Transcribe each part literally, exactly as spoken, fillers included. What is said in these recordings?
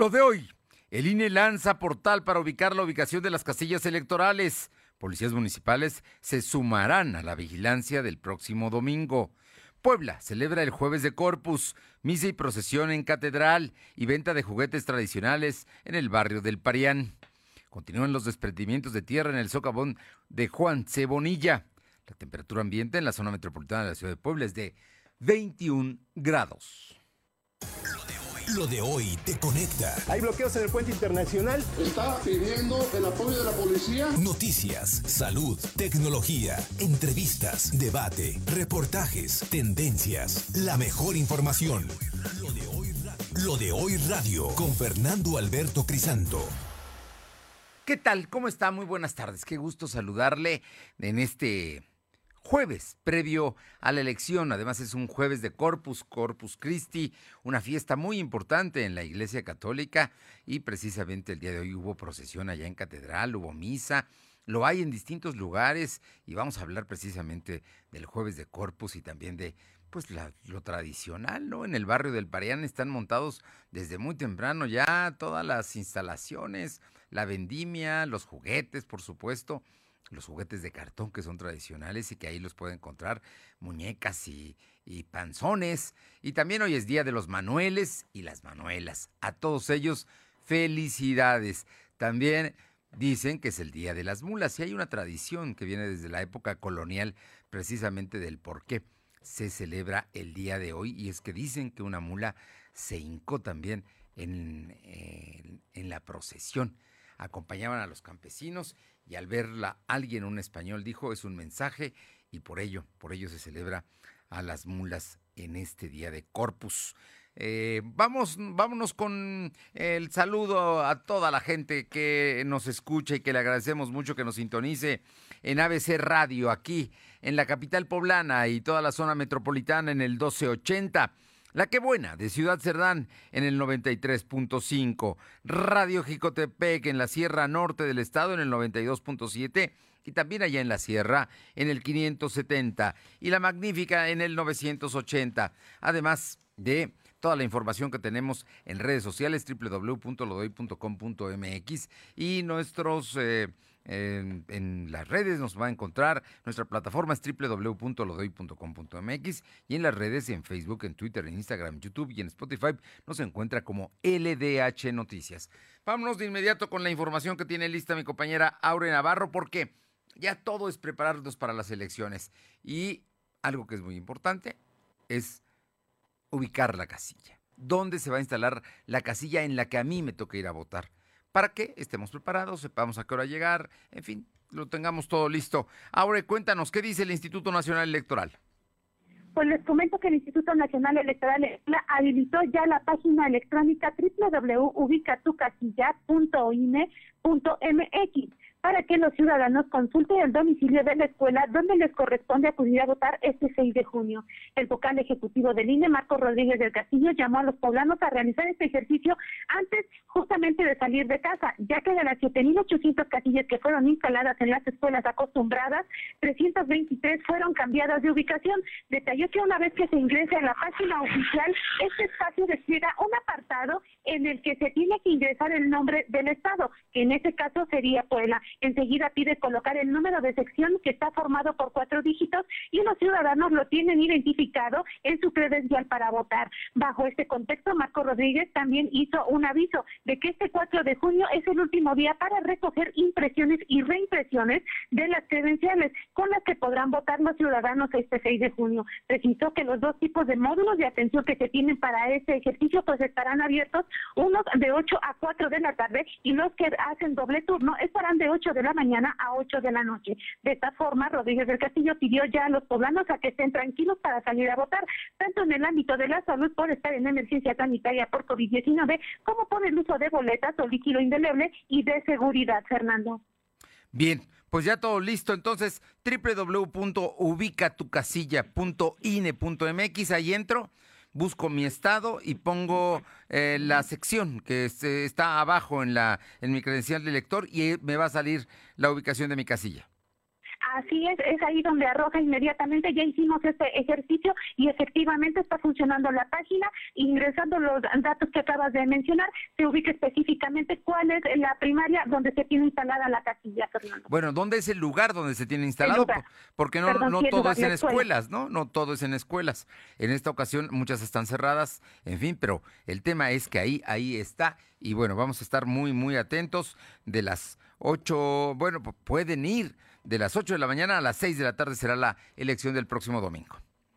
Lo de hoy, el I N E lanza portal para ubicar la ubicación de las casillas electorales. Policías municipales se sumarán a la vigilancia del próximo domingo. Puebla celebra el Jueves de Corpus, misa y procesión en catedral y venta de juguetes tradicionales en el barrio del Parián. Continúan los desprendimientos de tierra en el socavón de Juan C. Bonilla. La temperatura ambiente en la zona metropolitana de la ciudad de Puebla es de veintiún grados. Lo de hoy te conecta. Hay bloqueos en el puente internacional. Está pidiendo el apoyo de la policía. Noticias, salud, tecnología, entrevistas, debate, reportajes, tendencias, la mejor información. Lo de hoy, Lo de hoy Radio con Fernando Alberto Crisanto. ¿Qué tal? ¿Cómo está? Muy buenas tardes. Qué gusto saludarle en este jueves previo a la elección. Además es un jueves de Corpus, Corpus Christi, una fiesta muy importante en la Iglesia Católica y precisamente el día de hoy hubo procesión allá en Catedral, hubo misa, lo hay en distintos lugares y vamos a hablar precisamente del jueves de Corpus y también de pues la, lo tradicional, ¿no? En el barrio del Parián están montados desde muy temprano ya todas las instalaciones, la vendimia, los juguetes, por supuesto, los juguetes de cartón que son tradicionales y que ahí los puede encontrar, muñecas y, y panzones. Y también hoy es día de los manueles y las manuelas. A todos ellos, felicidades. También dicen que es el día de las mulas y hay una tradición que viene desde la época colonial precisamente del por qué se celebra el día de hoy, y es que dicen que una mula se hincó también en, en, en la procesión. Acompañaban a los campesinos y al verla alguien, un español, dijo es un mensaje y por ello, por ello se celebra a las mulas en este día de Corpus. Eh, vamos, vámonos con el saludo a toda la gente que nos escucha y que le agradecemos mucho que nos sintonice en A B C Radio aquí en la capital poblana y toda la zona metropolitana en el doce ochenta. La Que Buena de Ciudad Cerdán en el noventa y tres punto cinco, Radio Jicotepec en la Sierra Norte del estado en el noventa y dos punto siete y también allá en la Sierra en el quinientos setenta y La Magnífica en el novecientos ochenta, además de toda la información que tenemos en redes sociales doble u doble u doble u punto lodoy punto com punto m x y nuestros... Eh, En, en las redes nos va a encontrar, nuestra plataforma es doble u doble u doble u punto lodoy punto com punto m x y en las redes, en Facebook, en Twitter, en Instagram, YouTube y en Spotify nos encuentra como L D H Noticias. Vámonos de inmediato con la información que tiene lista mi compañera Aure Navarro, porque ya todo es prepararnos para las elecciones y algo que es muy importante es ubicar la casilla. ¿Dónde se va a instalar la casilla en la que a mí me toca ir a votar? Para que estemos preparados, sepamos a qué hora llegar, en fin, lo tengamos todo listo. Ahora cuéntanos, ¿qué dice el Instituto Nacional Electoral? Pues les comento que el Instituto Nacional Electoral habilitó ya la página electrónica doble u doble u doble u punto ubica tu casilla punto i n e punto m x para que los ciudadanos consulten el domicilio de la escuela donde les corresponde acudir a votar este seis de junio. El vocal ejecutivo del I N E, Marco Rodríguez del Castillo, llamó a los poblanos a realizar este ejercicio antes justamente de salir de casa, ya que de las siete mil ochocientas casillas que fueron instaladas en las escuelas acostumbradas, trescientas veintitrés fueron cambiadas de ubicación. Detalló que una vez que se ingresa en la página oficial, este espacio despliega un apartado en el que se tiene que ingresar el nombre del estado, que en este caso sería Puebla. Enseguida pide colocar el número de sección que está formado por cuatro dígitos y los ciudadanos lo tienen identificado en su credencial para votar. Bajo este contexto, Marco Rodríguez también hizo un aviso de que este cuatro de junio es el último día para recoger impresiones y reimpresiones de las credenciales con las que podrán votar los ciudadanos este seis de junio. Precisó que los dos tipos de módulos de atención que se tienen para este ejercicio pues estarán abiertos, unos de ocho a cuatro de la tarde y los que hacen doble turno estarán de ocho de la mañana a ocho de la noche. De esta forma, Rodríguez del Castillo pidió ya a los poblanos a que estén tranquilos para salir a votar, tanto en el ámbito de la salud por estar en emergencia sanitaria por COVID diecinueve, como por el uso de boletas o líquido indeleble y de seguridad, Fernando. Bien, pues ya todo listo, entonces doble u doble u doble u punto ubica tu casilla punto i n e punto m x, ahí entro, busco mi estado y pongo eh, la sección que se, está abajo en la en mi credencial de elector y me va a salir la ubicación de mi casilla. Así es, es ahí donde arroja inmediatamente, ya hicimos este ejercicio y efectivamente está funcionando la página, ingresando los datos que acabas de mencionar, se ubica específicamente cuál es la primaria donde se tiene instalada la casilla, Fernando. Bueno, ¿dónde es el lugar donde se tiene instalado? Porque no, Perdón, no todo es en escuelas, ¿no? No todo es en escuelas. En esta ocasión muchas están cerradas, en fin, pero el tema es que ahí, ahí está, y bueno, vamos a estar muy, muy atentos de las ocho, bueno, pueden ir de las ocho de la mañana a las seis de la tarde será la elección del próximo domingo.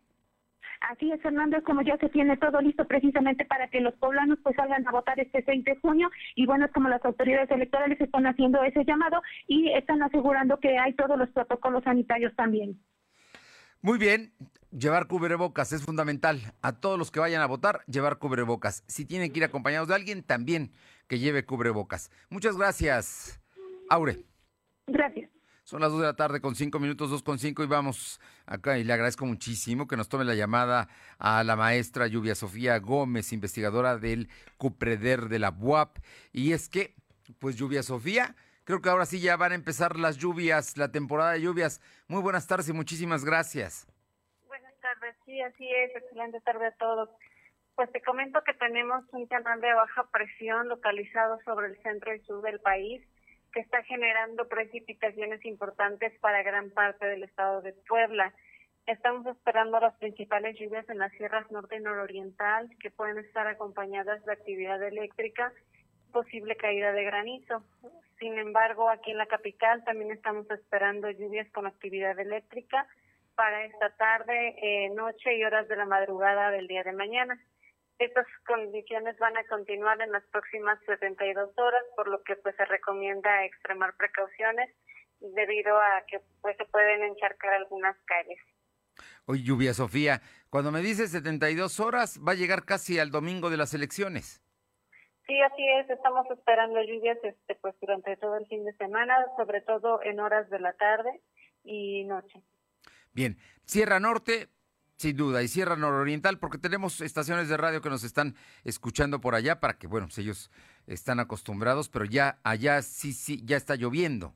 Así es, Fernando, como ya se tiene todo listo precisamente para que los poblanos pues salgan a votar este seis de junio, y bueno, es como las autoridades electorales están haciendo ese llamado y están asegurando que hay todos los protocolos sanitarios también. Muy bien, llevar cubrebocas es fundamental. A todos los que vayan a votar, llevar cubrebocas. Si tienen que ir acompañados de alguien, también que lleve cubrebocas. Muchas gracias, Aure. Gracias. Son las dos de la tarde con cinco minutos, dos con cinco, y vamos acá, y le agradezco muchísimo que nos tome la llamada a la maestra Lluvia Sofía Gómez, investigadora del CUPREDER de la B U A P. Y es que, pues Lluvia Sofía, creo que ahora sí ya van a empezar las lluvias, la temporada de lluvias. Muy buenas tardes y muchísimas gracias. Buenas tardes, sí, así es, excelente tarde a todos. Pues te comento que tenemos un canal de baja presión localizado sobre el centro y sur del país, que está generando precipitaciones importantes para gran parte del estado de Puebla. Estamos esperando las principales lluvias en las sierras norte y nororiental, que pueden estar acompañadas de actividad eléctrica, posible caída de granizo. Sin embargo, aquí en la capital también estamos esperando lluvias con actividad eléctrica para esta tarde, eh, noche y horas de la madrugada del día de mañana. Estas condiciones van a continuar en las próximas setenta y dos horas, por lo que pues se recomienda extremar precauciones debido a que pues se pueden encharcar algunas calles. Oye, Lluvia Sofía, cuando me dices setenta y dos horas, va a llegar casi al domingo de las elecciones. Sí, así es, estamos esperando lluvias este pues durante todo el fin de semana, sobre todo en horas de la tarde y noche. Bien, Sierra Norte, sin duda, y Sierra Nororiental, porque tenemos estaciones de radio que nos están escuchando por allá para que, bueno, pues ellos están acostumbrados, pero ya allá sí, sí, ya está lloviendo.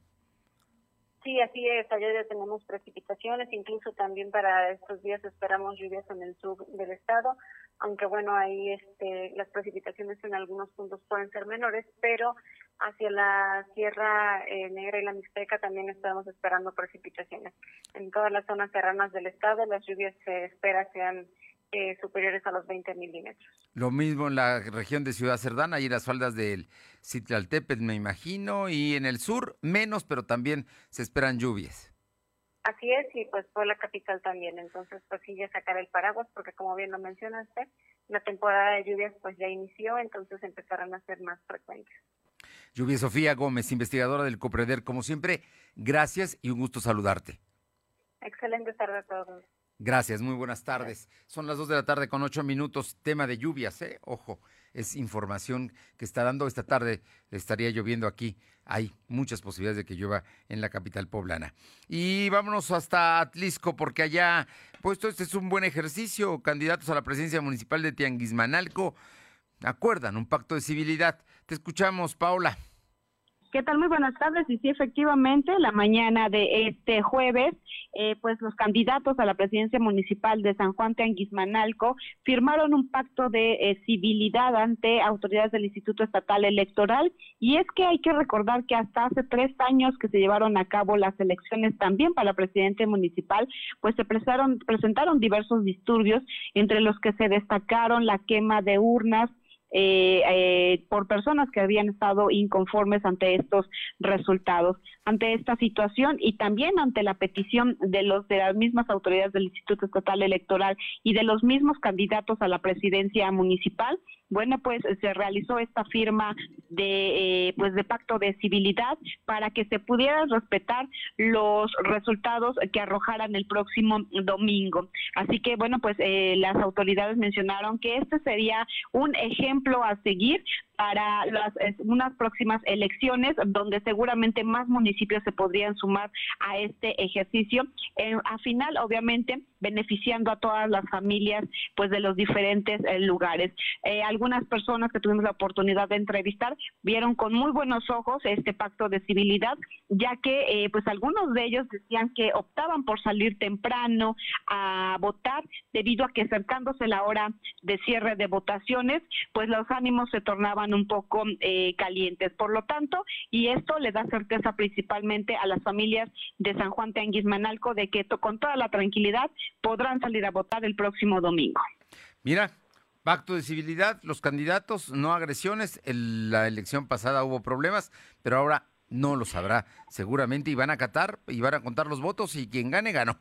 Sí, así es, allá ya tenemos precipitaciones, incluso también para estos días esperamos lluvias en el sur del estado, aunque bueno, ahí este, las precipitaciones en algunos puntos pueden ser menores, pero hacia la Sierra eh, Negra y la Mixteca también estamos esperando precipitaciones. En todas las zonas serranas del estado las lluvias se espera sean eh, superiores a los veinte milímetros. Lo mismo en la región de Ciudad Cerdán, y las faldas del Citlaltépetl, me imagino, y en el sur menos, pero también se esperan lluvias. Así es, y pues por la capital también, entonces pues sí, ya sacar el paraguas, porque como bien lo mencionaste, la temporada de lluvias pues ya inició, entonces empezarán a ser más frecuentes. Lluvia Sofía Gómez, investigadora del CUPREDER, como siempre, gracias y un gusto saludarte. Excelente tarde a todos. Gracias, muy buenas tardes. Son las dos de la tarde con ocho minutos, tema de lluvias, ¿eh? Ojo, es información que está dando esta tarde, estaría lloviendo aquí. Hay muchas posibilidades de que llueva en la capital poblana. Y vámonos hasta Atlisco, porque allá, pues este es un buen ejercicio. Candidatos a la presidencia municipal de Tianguismanalco acuerdan un pacto de civilidad. Te escuchamos, Paola. ¿Qué tal? Muy buenas tardes. Y sí, efectivamente, la mañana de este jueves, eh, pues los candidatos a la presidencia municipal de San Juan Tianguismanalco firmaron un pacto de eh, civilidad ante autoridades del Instituto Estatal Electoral. Y es que hay que recordar que hasta hace tres años que se llevaron a cabo las elecciones también para presidente municipal, pues se presentaron, presentaron diversos disturbios, entre los que se destacaron la quema de urnas, Eh, eh, por personas que habían estado inconformes ante estos resultados. Ante esta situación y también ante la petición de los de las mismas autoridades del Instituto Estatal Electoral y de los mismos candidatos a la presidencia municipal, bueno, pues se realizó esta firma de eh, pues de pacto de civilidad para que se pudieran respetar los resultados que arrojaran el próximo domingo. Así que bueno, pues eh, las autoridades mencionaron que este sería un ejemplo a seguir para las unas próximas elecciones, donde seguramente más municipios se podrían sumar a este ejercicio, eh, a final obviamente beneficiando a todas las familias pues de los diferentes eh, lugares. Eh, algunas personas que tuvimos la oportunidad de entrevistar vieron con muy buenos ojos este pacto de civilidad, ya que eh, pues algunos de ellos decían que optaban por salir temprano a votar debido a que acercándose la hora de cierre de votaciones, pues los ánimos se tornaban un poco eh, calientes. Por lo tanto, y esto le da certeza principalmente a las familias de San Juan Teanguismanalco de que to- con toda la tranquilidad podrán salir a votar el próximo domingo. Mira, pacto de civilidad, los candidatos, no agresiones. En la elección pasada hubo problemas, pero ahora no los habrá seguramente y van a acatar y van a contar los votos y quien gane, ganó.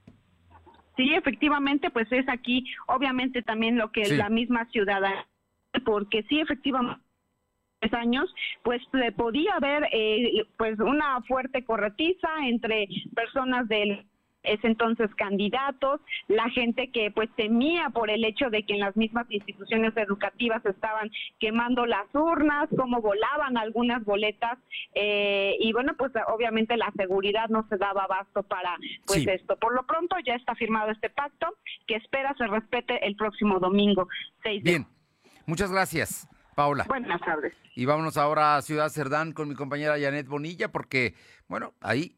Sí, efectivamente, pues es aquí obviamente también lo que Sí. la misma ciudadana, porque sí, efectivamente, años, pues eh, podía haber eh, pues una fuerte corretiza entre personas del ese entonces candidatos, la gente que pues temía por el hecho de que en las mismas instituciones educativas estaban quemando las urnas, cómo volaban algunas boletas, eh, y bueno, pues obviamente la seguridad no se daba abasto para pues Sí. esto. Por lo pronto ya está firmado este pacto que espera se respete el próximo domingo seis de Bien, muchas gracias, Paola. Buenas tardes. Y vámonos ahora a Ciudad Cerdán con mi compañera Janet Bonilla, porque, bueno, ahí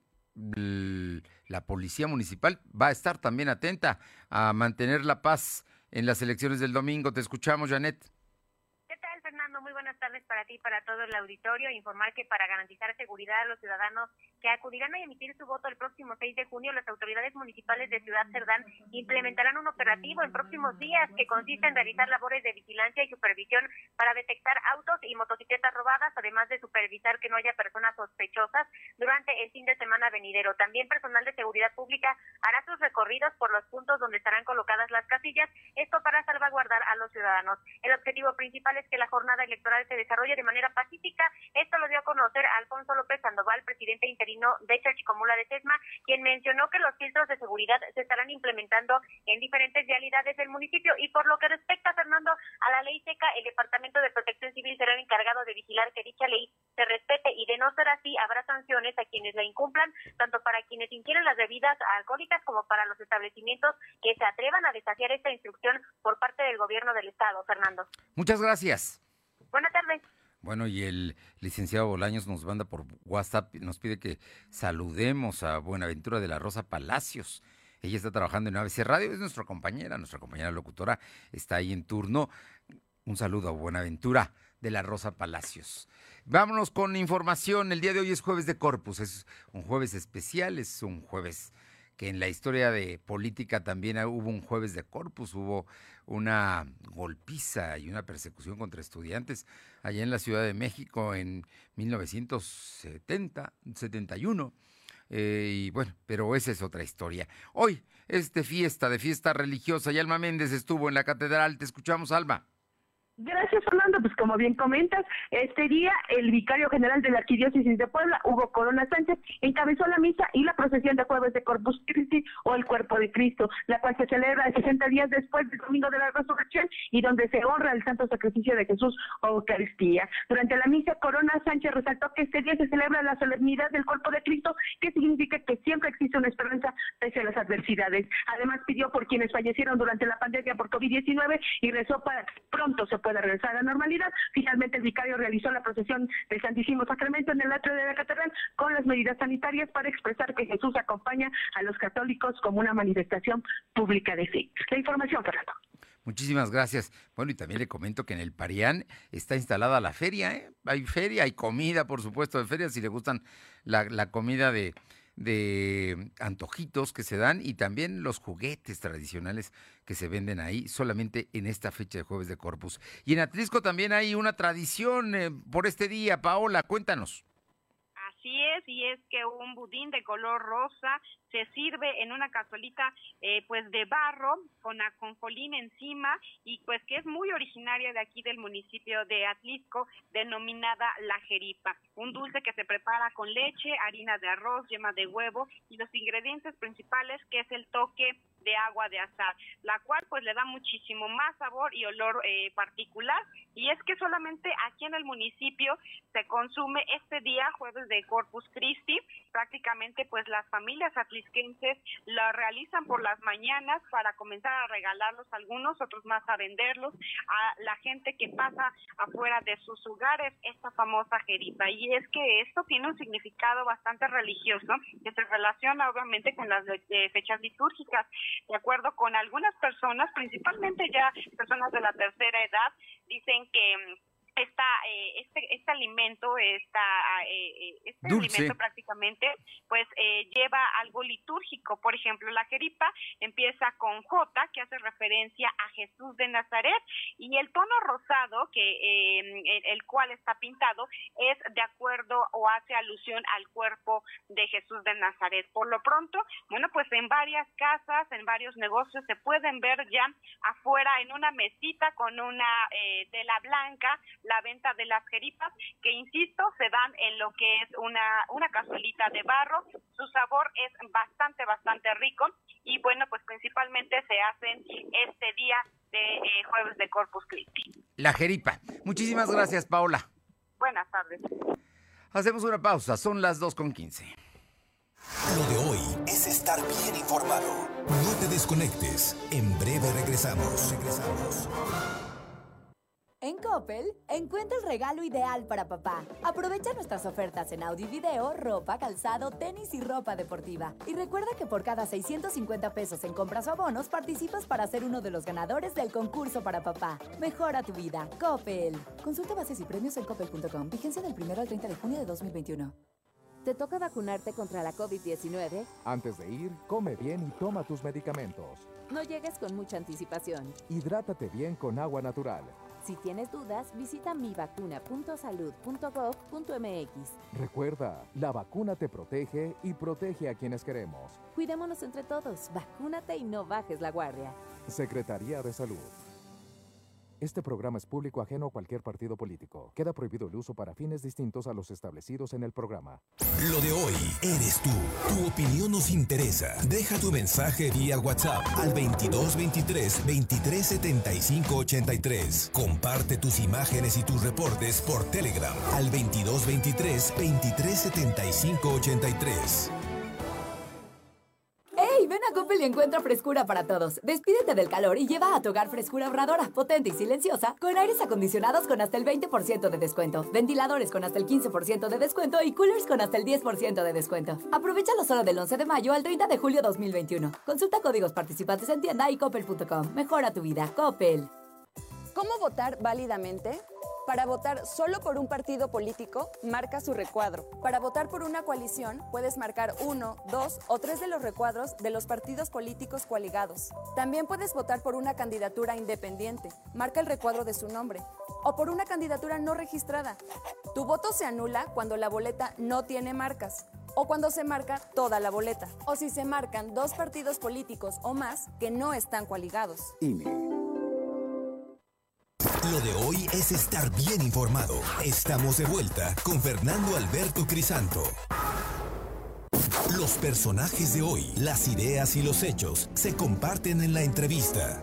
l- la policía municipal va a estar también atenta a mantener la paz en las elecciones del domingo. Te escuchamos, Janet. ¿Qué tal, Fernando? Muy buenas tardes para ti y para todo el auditorio. Informar que para garantizar seguridad a los ciudadanos que acudirán a emitir su voto el próximo seis de junio, las autoridades municipales de Ciudad Cerdán implementarán un operativo en próximos días que consiste en realizar labores de vigilancia y supervisión para detectar autos y motocicletas robadas, además de supervisar que no haya personas sospechosas durante el fin de semana venidero. También personal de seguridad pública hará sus recorridos por los puntos donde estarán colocadas las casillas, esto para salvaguardar a los ciudadanos. El objetivo principal es que la jornada electoral se desarrolle de manera pacífica. Esto lo dio a conocer Alfonso López Sandoval, presidente interino de Chachicomula de Sesma, quien mencionó que los filtros de seguridad se estarán implementando en diferentes vialidades del municipio. Y por lo que respecta, Fernando, a la ley seca, el Departamento de Protección Civil será el encargado de vigilar que dicha ley se respete, y de no ser así habrá sanciones a quienes la incumplan, tanto para quienes ingieren las bebidas alcohólicas como para los establecimientos que se atrevan a desafiar esta instrucción por parte del gobierno del estado. Fernando. Muchas gracias. Buenas tardes. Bueno, y el licenciado Bolaños nos manda por WhatsApp, nos pide que saludemos a Buenaventura de la Rosa Palacios. Ella está trabajando en A B C Radio, es nuestra compañera, nuestra compañera locutora, está ahí en turno. Un saludo a Buenaventura de la Rosa Palacios. Vámonos con información. El día de hoy es jueves de Corpus, es un jueves especial, es un jueves que en la historia de política también hubo un jueves de Corpus, hubo una golpiza y una persecución contra estudiantes allá en la Ciudad de México en mil novecientos setenta, setenta y uno. Eh, y bueno, pero esa es otra historia. Hoy es de fiesta, de fiesta religiosa, y Alma Méndez estuvo en la catedral. Te escuchamos, Alma. Gracias, Fernando. Pues como bien comentas, este día el vicario general de la Arquidiócesis de Puebla, Hugo Corona Sánchez, encabezó la misa y la procesión de jueves de Corpus Christi o el Cuerpo de Cristo, la cual se celebra sesenta días después del Domingo de la Resurrección y donde se honra el santo sacrificio de Jesús o Eucaristía. Durante la misa, Corona Sánchez resaltó que este día se celebra la solemnidad del Cuerpo de Cristo, que significa que siempre existe una esperanza pese a las adversidades. Además, pidió por quienes fallecieron durante la pandemia por COVID diecinueve y rezó para que pronto se pueda regresar a la normalidad. Finalmente, el vicario realizó la procesión del Santísimo Sacramento en el atrio de la catedral con las medidas sanitarias para expresar que Jesús acompaña a los católicos como una manifestación pública de fe. La información, Fernando. Muchísimas gracias. Bueno, y también le comento que en el Parián está instalada la feria, ¿eh? Hay feria, hay comida, por supuesto, de feria, si le gustan la, la comida de, de antojitos que se dan y también los juguetes tradicionales que se venden ahí solamente en esta fecha de Jueves de Corpus. Y en Atlisco también hay una tradición eh, por este día. Paola, cuéntanos. Así es, y es que un budín de color rosa se sirve en una cazuelita eh, pues de barro con ajonjolín encima y pues que es muy originaria de aquí del municipio de Atlisco, denominada la jeripa. Un dulce que se prepara con leche, harina de arroz, yema de huevo y los ingredientes principales que es el toque de agua de azahar, la cual pues le da muchísimo más sabor y olor eh, particular. Y es que solamente aquí en el municipio se consume este día, jueves de Corpus Christi. Prácticamente pues las familias atlisquenses lo realizan por las mañanas para comenzar a regalarlos a algunos, otros más a venderlos a la gente que pasa afuera de sus hogares, esta famosa jeripa. Y es que esto tiene un significado bastante religioso que se relaciona obviamente con las eh, fechas litúrgicas. De acuerdo con algunas personas, principalmente ya personas de la tercera edad, dicen que esta eh, este este alimento esta eh, este Dulce. alimento prácticamente pues eh, lleva algo litúrgico. Por ejemplo, la jeripa empieza con J, que hace referencia a Jesús de Nazaret, y el tono rosado que eh, el, el cual está pintado es de acuerdo o hace alusión al cuerpo de Jesús de Nazaret. Por lo pronto, bueno, pues en varias casas, en varios negocios se pueden ver ya afuera en una mesita con una eh, tela blanca la venta de las jeripas, que insisto, se dan en lo que es una, una cazuelita de barro. Su sabor es bastante, bastante rico, y bueno, pues principalmente se hacen este día de eh, jueves de Corpus Christi. La jeripa. Muchísimas gracias, Paola. Buenas tardes. Hacemos una pausa, son las dos con quince. Lo de hoy es estar bien informado. No te desconectes. En breve regresamos. Regresamos. En Coppel, encuentra el regalo ideal para papá. Aprovecha nuestras ofertas en audio y video, ropa, calzado, tenis y ropa deportiva. Y recuerda que por cada seiscientos cincuenta pesos en compras o abonos, participas para ser uno de los ganadores del concurso para papá. Mejora tu vida. Coppel. Consulta bases y premios en coppel punto com. Vigencia del primero al treinta de junio de dos mil veintiuno. ¿Te toca vacunarte contra la COVID diecinueve? Antes de ir, come bien y toma tus medicamentos. No llegues con mucha anticipación. Hidrátate bien con agua natural. Si tienes dudas, visita mi vacuna punto salud punto gov punto m x. Recuerda, la vacuna te protege y protege a quienes queremos. Cuidémonos entre todos, vacúnate y no bajes la guardia. Secretaría de Salud. Este programa es público ajeno a cualquier partido político. Queda prohibido el uso para fines distintos a los establecidos en el programa. Lo de hoy eres tú. Tu opinión nos interesa. Deja tu mensaje vía WhatsApp al veintidós veintitrés veintitrés setenta y cinco ochenta y tres. Comparte tus imágenes y tus reportes por Telegram al veintidós veintitrés veintitrés setenta y cinco ochenta y tres. ¡Hey! Ven a Coppel y encuentra frescura para todos. Despídete del calor y lleva a tu hogar frescura ahorradora, potente y silenciosa, con aires acondicionados con hasta el veinte por ciento de descuento, ventiladores con hasta el quince por ciento de descuento y coolers con hasta el diez por ciento de descuento. Aprovechalo solo del once de mayo al treinta de julio dos mil veintiuno. Consulta códigos participantes en tienda y coppel punto com. Mejora tu vida. Coppel. ¿Cómo votar válidamente? Para votar solo por un partido político, marca su recuadro. Para votar por una coalición, puedes marcar uno, dos o tres de los recuadros de los partidos políticos coaligados. También puedes votar por una candidatura independiente. Marca el recuadro de su nombre. O por una candidatura no registrada. Tu voto se anula cuando la boleta no tiene marcas. O cuando se marca toda la boleta. O si se marcan dos partidos políticos o más que no están coaligados. I N E. Lo de hoy es estar bien informado. Estamos de vuelta con Fernando Alberto Crisanto. Los personajes de hoy, las ideas y los hechos se comparten en la entrevista.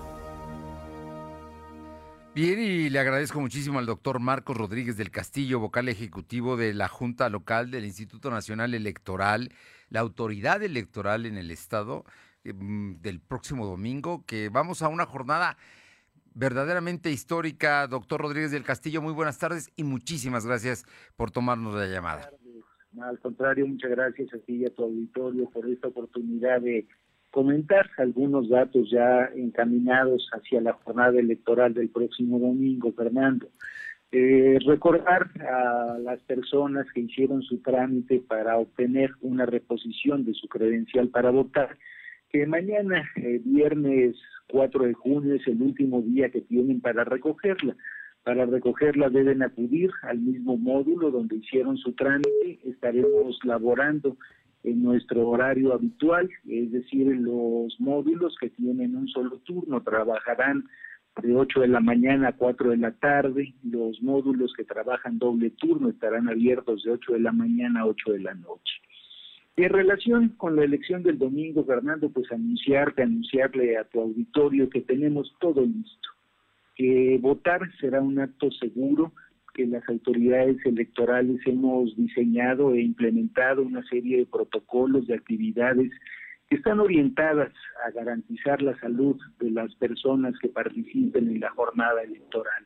Bien, y le agradezco muchísimo al doctor Marcos Rodríguez del Castillo, vocal ejecutivo de la Junta Local del Instituto Nacional Electoral, la autoridad electoral en el estado, eh, del próximo domingo, que vamos a una jornada verdaderamente histórica. Doctor Rodríguez del Castillo, muy buenas tardes y muchísimas gracias por tomarnos la llamada. Al contrario, muchas gracias a ti y a tu auditorio por esta oportunidad de comentar algunos datos ya encaminados hacia la jornada electoral del próximo domingo, Fernando. Eh, recordar a las personas que hicieron su trámite para obtener una reposición de su credencial para votar, que mañana, eh, viernes cuatro de junio, es el último día que tienen para recogerla. Para recogerla deben acudir al mismo módulo donde hicieron su trámite. Estaremos laborando en nuestro horario habitual, es decir, en los módulos que tienen un solo turno, trabajarán de ocho de la mañana a cuatro de la tarde. Los módulos que trabajan doble turno estarán abiertos de ocho de la mañana a ocho de la noche. En relación con la elección del domingo, Fernando, pues anunciarte, anunciarle a tu auditorio que tenemos todo listo, que votar será un acto seguro, que las autoridades electorales hemos diseñado e implementado una serie de protocolos, de actividades que están orientadas a garantizar la salud de las personas que participen en la jornada electoral.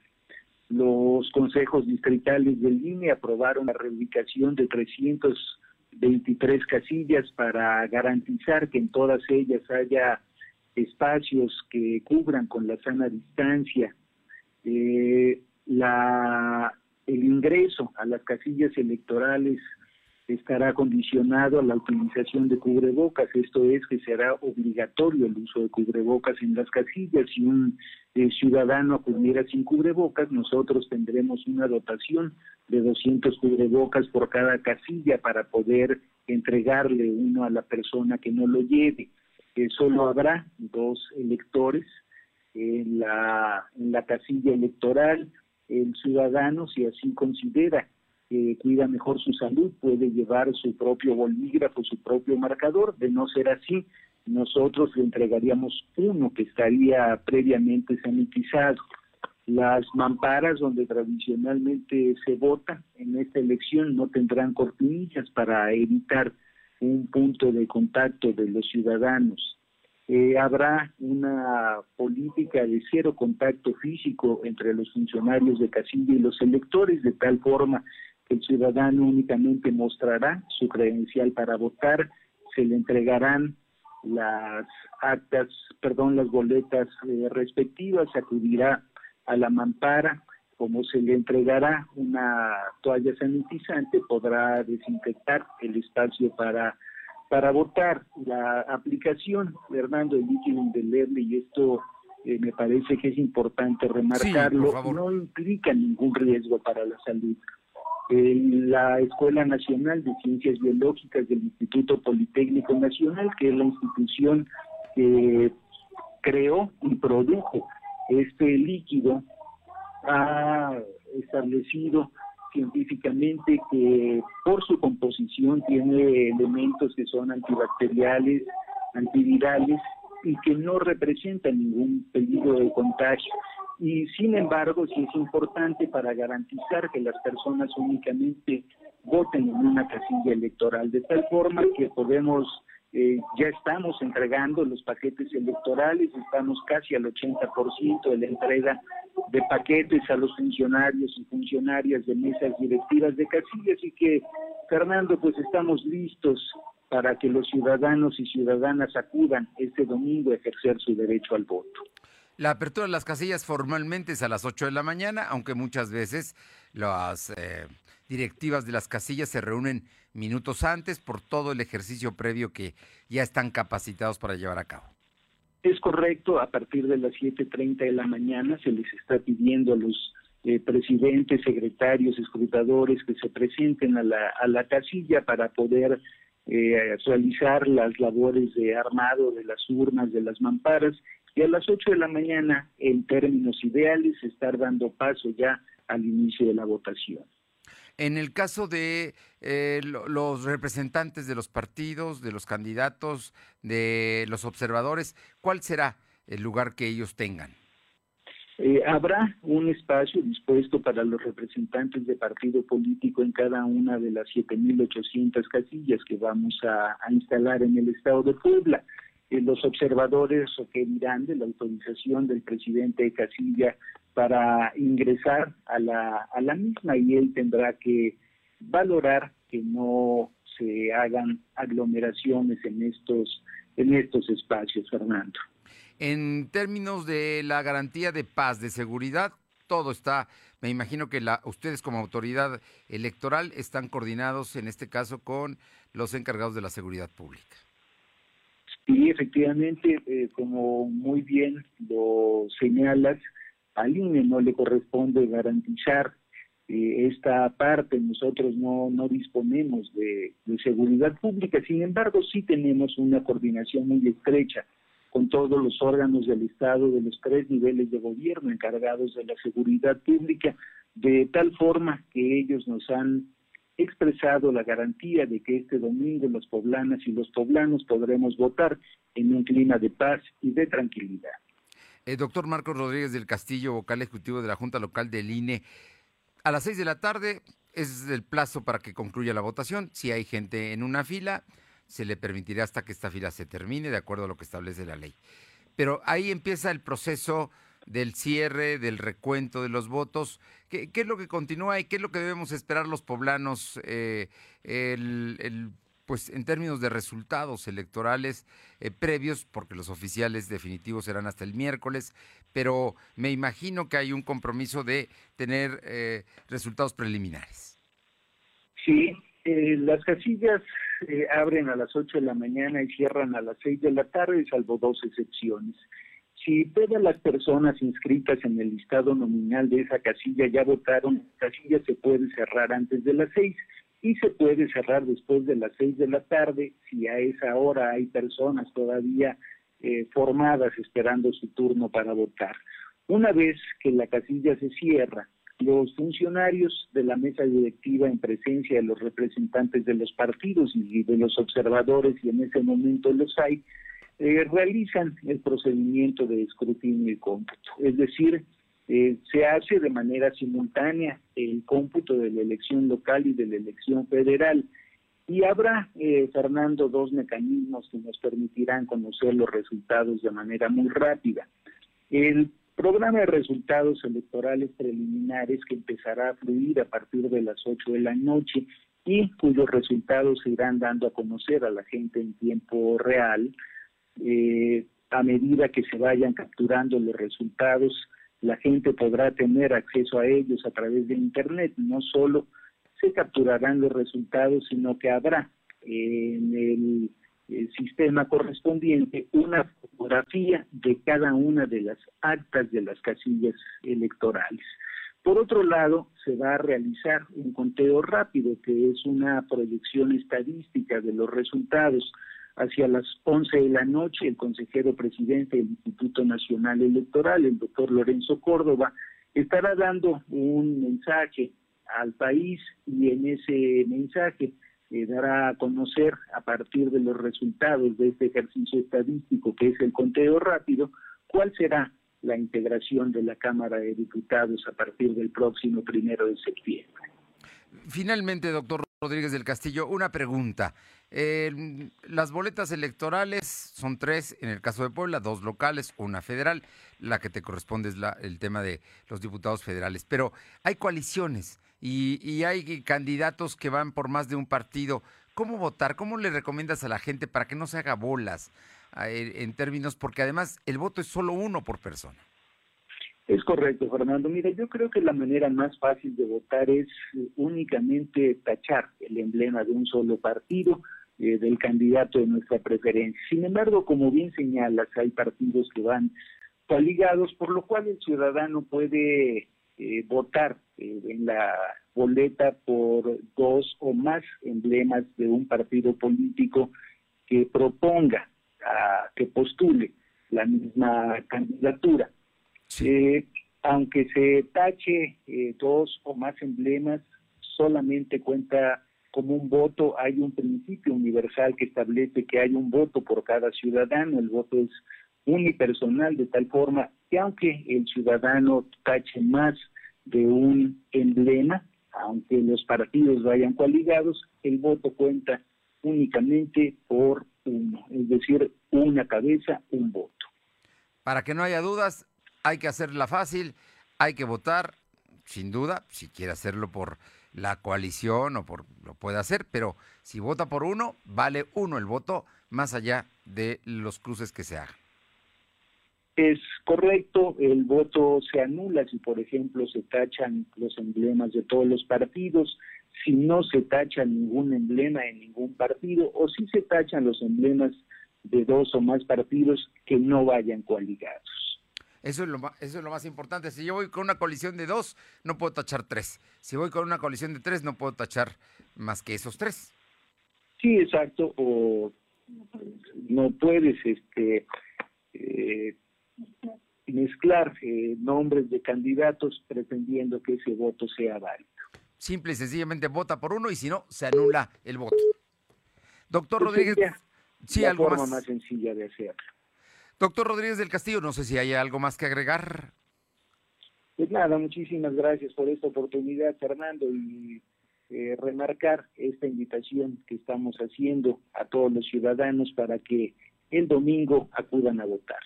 Los consejos distritales del I N E aprobaron la reubicación de trescientas veintitrés casillas para garantizar que en todas ellas haya espacios que cubran con la sana distancia. Eh, la, el ingreso a las casillas electorales estará condicionado a la utilización de cubrebocas, esto es que será obligatorio el uso de cubrebocas en las casillas. Si un eh, ciudadano acudiera sin cubrebocas, nosotros tendremos una dotación de doscientos cubrebocas por cada casilla para poder entregarle uno a la persona que no lo lleve. Eh, solo habrá dos electores en la, en la casilla electoral. El ciudadano, si así considera que cuida mejor su salud, puede llevar su propio bolígrafo, su propio marcador. De no ser así, nosotros le entregaríamos uno que estaría previamente sanitizado. Las mamparas donde tradicionalmente se vota en esta elección no tendrán cortinillas para evitar un punto de contacto de los ciudadanos. Eh, habrá una política de cero contacto físico entre los funcionarios de casilla y los electores, de tal forma que el ciudadano únicamente mostrará su credencial para votar, se le entregarán las actas, perdón, las boletas eh, respectivas, acudirá a la mampara, como se le entregará una toalla sanitizante, podrá desinfectar el espacio para para votar. La aplicación, Fernando, el líquido indeleble, y esto eh, me parece que es importante remarcarlo, sí, no implica ningún riesgo para la salud. Eh, la Escuela Nacional de Ciencias Biológicas del Instituto Politécnico Nacional, que es la institución que creó y produjo este líquido, ha establecido científicamente que por su composición tiene elementos que son antibacteriales, antivirales y que no representan ningún peligro de contagio. Y sin embargo, sí es importante para garantizar que las personas únicamente voten en una casilla electoral, de tal forma que podemos, eh, ya estamos entregando los paquetes electorales, estamos casi al ochenta por ciento de la entrega de paquetes a los funcionarios y funcionarias de mesas directivas de casillas, y que, Fernando, pues estamos listos para que los ciudadanos y ciudadanas acudan este domingo a ejercer su derecho al voto. La apertura de las casillas formalmente es a las ocho de la mañana, aunque muchas veces las eh, directivas de las casillas se reúnen minutos antes por todo el ejercicio previo que ya están capacitados para llevar a cabo. Es correcto, a partir de las siete treinta de la mañana se les está pidiendo a los eh, presidentes, secretarios, escrutadores que se presenten a la, a la casilla para poder eh, realizar las labores de armado de las urnas, de las mamparas, y a las ocho de la mañana, en términos ideales, estar dando paso ya al inicio de la votación. En el caso de eh, los representantes de los partidos, de los candidatos, de los observadores, ¿cuál será el lugar que ellos tengan? Eh, habrá un espacio dispuesto para los representantes de partido político en cada una de las siete mil ochocientas casillas que vamos a, a instalar en el estado de Puebla. Eh, los observadores requerirán de la autorización del presidente de casilla para ingresar a la, a la misma, y él tendrá que valorar que no se hagan aglomeraciones en estos, en estos espacios, Fernando. En términos de la garantía de paz, de seguridad, todo está, me imagino que la, ustedes como autoridad electoral están coordinados en este caso con los encargados de la seguridad pública. Sí, efectivamente, eh, como muy bien lo señalas, al I N E no le corresponde garantizar eh, esta parte. Nosotros no, no disponemos de, de seguridad pública, sin embargo sí tenemos una coordinación muy estrecha con todos los órganos del Estado, de los tres niveles de gobierno encargados de la seguridad pública, de tal forma que ellos nos han expresado la garantía de que este domingo las poblanas y los poblanos podremos votar en un clima de paz y de tranquilidad. Eh, doctor Marcos Rodríguez del Castillo, vocal ejecutivo de la Junta Local del I N E, a las seis de la tarde es el plazo para que concluya la votación. Si hay gente en una fila, se le permitirá hasta que esta fila se termine, de acuerdo a lo que establece la ley. Pero ahí empieza el proceso del cierre, del recuento de los votos. ¿Qué, qué es lo que continúa y qué es lo que debemos esperar los poblanos eh, el, el, pues, en términos de resultados electorales eh, previos, porque los oficiales definitivos serán hasta el miércoles, pero me imagino que hay un compromiso de tener eh, resultados preliminares? Sí, eh, las casillas eh, abren a las ocho de la mañana y cierran a las seis de la tarde, salvo dos excepciones. Si todas las personas inscritas en el listado nominal de esa casilla ya votaron, la casilla se puede cerrar antes de las seis y se puede cerrar después de las seis de la tarde si a esa hora hay personas todavía eh, formadas esperando su turno para votar. Una vez que la casilla se cierra, los funcionarios de la mesa directiva, en presencia de los representantes de los partidos y de los observadores, y en ese momento los hay, eh, realizan el procedimiento de escrutinio y cómputo. Es decir, eh, se hace de manera simultánea el cómputo de la elección local y de la elección federal. Y habrá, eh, Fernando, dos mecanismos que nos permitirán conocer los resultados de manera muy rápida. El programa de resultados electorales preliminares, que empezará a fluir a partir de las ocho de la noche y cuyos resultados se irán dando a conocer a la gente en tiempo real. Eh, a medida que se vayan capturando los resultados, la gente podrá tener acceso a ellos a través de Internet. No solo se capturarán los resultados, sino que habrá en el el sistema correspondiente una fotografía de cada una de las actas de las casillas electorales. Por otro lado, se va a realizar un conteo rápido, que es una proyección estadística de los resultados. Hacia las once de la noche, el consejero presidente del Instituto Nacional Electoral, el doctor Lorenzo Córdoba, estará dando un mensaje al país, y en ese mensaje Eh, dará a conocer, a partir de los resultados de este ejercicio estadístico, que es el conteo rápido, cuál será la integración de la Cámara de Diputados a partir del próximo primero de septiembre. Finalmente, doctor Rodríguez del Castillo, una pregunta. Eh, las boletas electorales son tres, en el caso de Puebla, dos locales, una federal. La que te corresponde es la, el tema de los diputados federales. Pero hay coaliciones y, y hay candidatos que van por más de un partido. ¿Cómo votar? ¿Cómo le recomiendas a la gente para que no se haga bolas eh, en términos? Porque además el voto es solo uno por persona. Es correcto, Fernando. Mira, yo creo que la manera más fácil de votar es únicamente tachar el emblema de un solo partido, eh, del candidato de nuestra preferencia. Sin embargo, como bien señalas, hay partidos que van coaligados, por lo cual el ciudadano puede eh, votar eh, en la boleta por dos o más emblemas de un partido político que proponga, a, que postule la misma candidatura. Sí. Eh, aunque se tache eh, dos o más emblemas, solamente cuenta como un voto. Hay un principio universal que establece que hay un voto por cada ciudadano. El voto es unipersonal, de tal forma que aunque el ciudadano tache más de un emblema, aunque los partidos vayan coaligados, el voto cuenta únicamente por uno, es decir, una cabeza, un voto. Para que no haya dudas, hay que hacerla fácil, hay que votar, sin duda, si quiere hacerlo por la coalición o por lo puede hacer, pero si vota por uno, vale uno el voto, más allá de los cruces que se hagan. Es correcto, el voto se anula si, por ejemplo, se tachan los emblemas de todos los partidos, si no se tacha ningún emblema en ningún partido, o si se tachan los emblemas de dos o más partidos que no vayan coaligados. Eso es lo más, eso es lo más importante. Si yo voy con una coalición de dos, no puedo tachar tres. Si voy con una coalición de tres, no puedo tachar más que esos tres. Sí, exacto. O no puedes este eh, mezclar eh, nombres de candidatos pretendiendo que ese voto sea válido. simple y sencillamente vota por uno y si no, se anula el voto. Doctor Pues Rodríguez, sería sí, la algo forma más. más sencilla de hacerlo. Doctor Rodríguez del Castillo, no sé si hay algo más que agregar. Pues nada, muchísimas gracias por esta oportunidad, Fernando, y eh, remarcar esta invitación que estamos haciendo a todos los ciudadanos para que el domingo acudan a votar.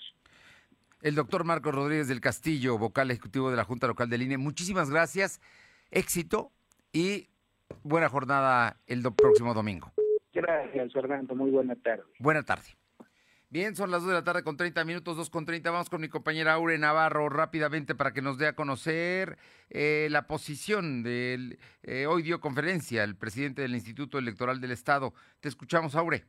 El doctor Marcos Rodríguez del Castillo, vocal ejecutivo de la Junta Local del I N E, muchísimas gracias, éxito y buena jornada el do- próximo domingo. Gracias, Fernando, muy buena tarde. Buena tarde. Bien, son las dos de la tarde con treinta minutos, dos con treinta. Vamos con mi compañera Aure Navarro rápidamente para que nos dé a conocer eh, la posición del... Eh, hoy dio conferencia el presidente del Instituto Electoral del Estado. Te escuchamos, Aure.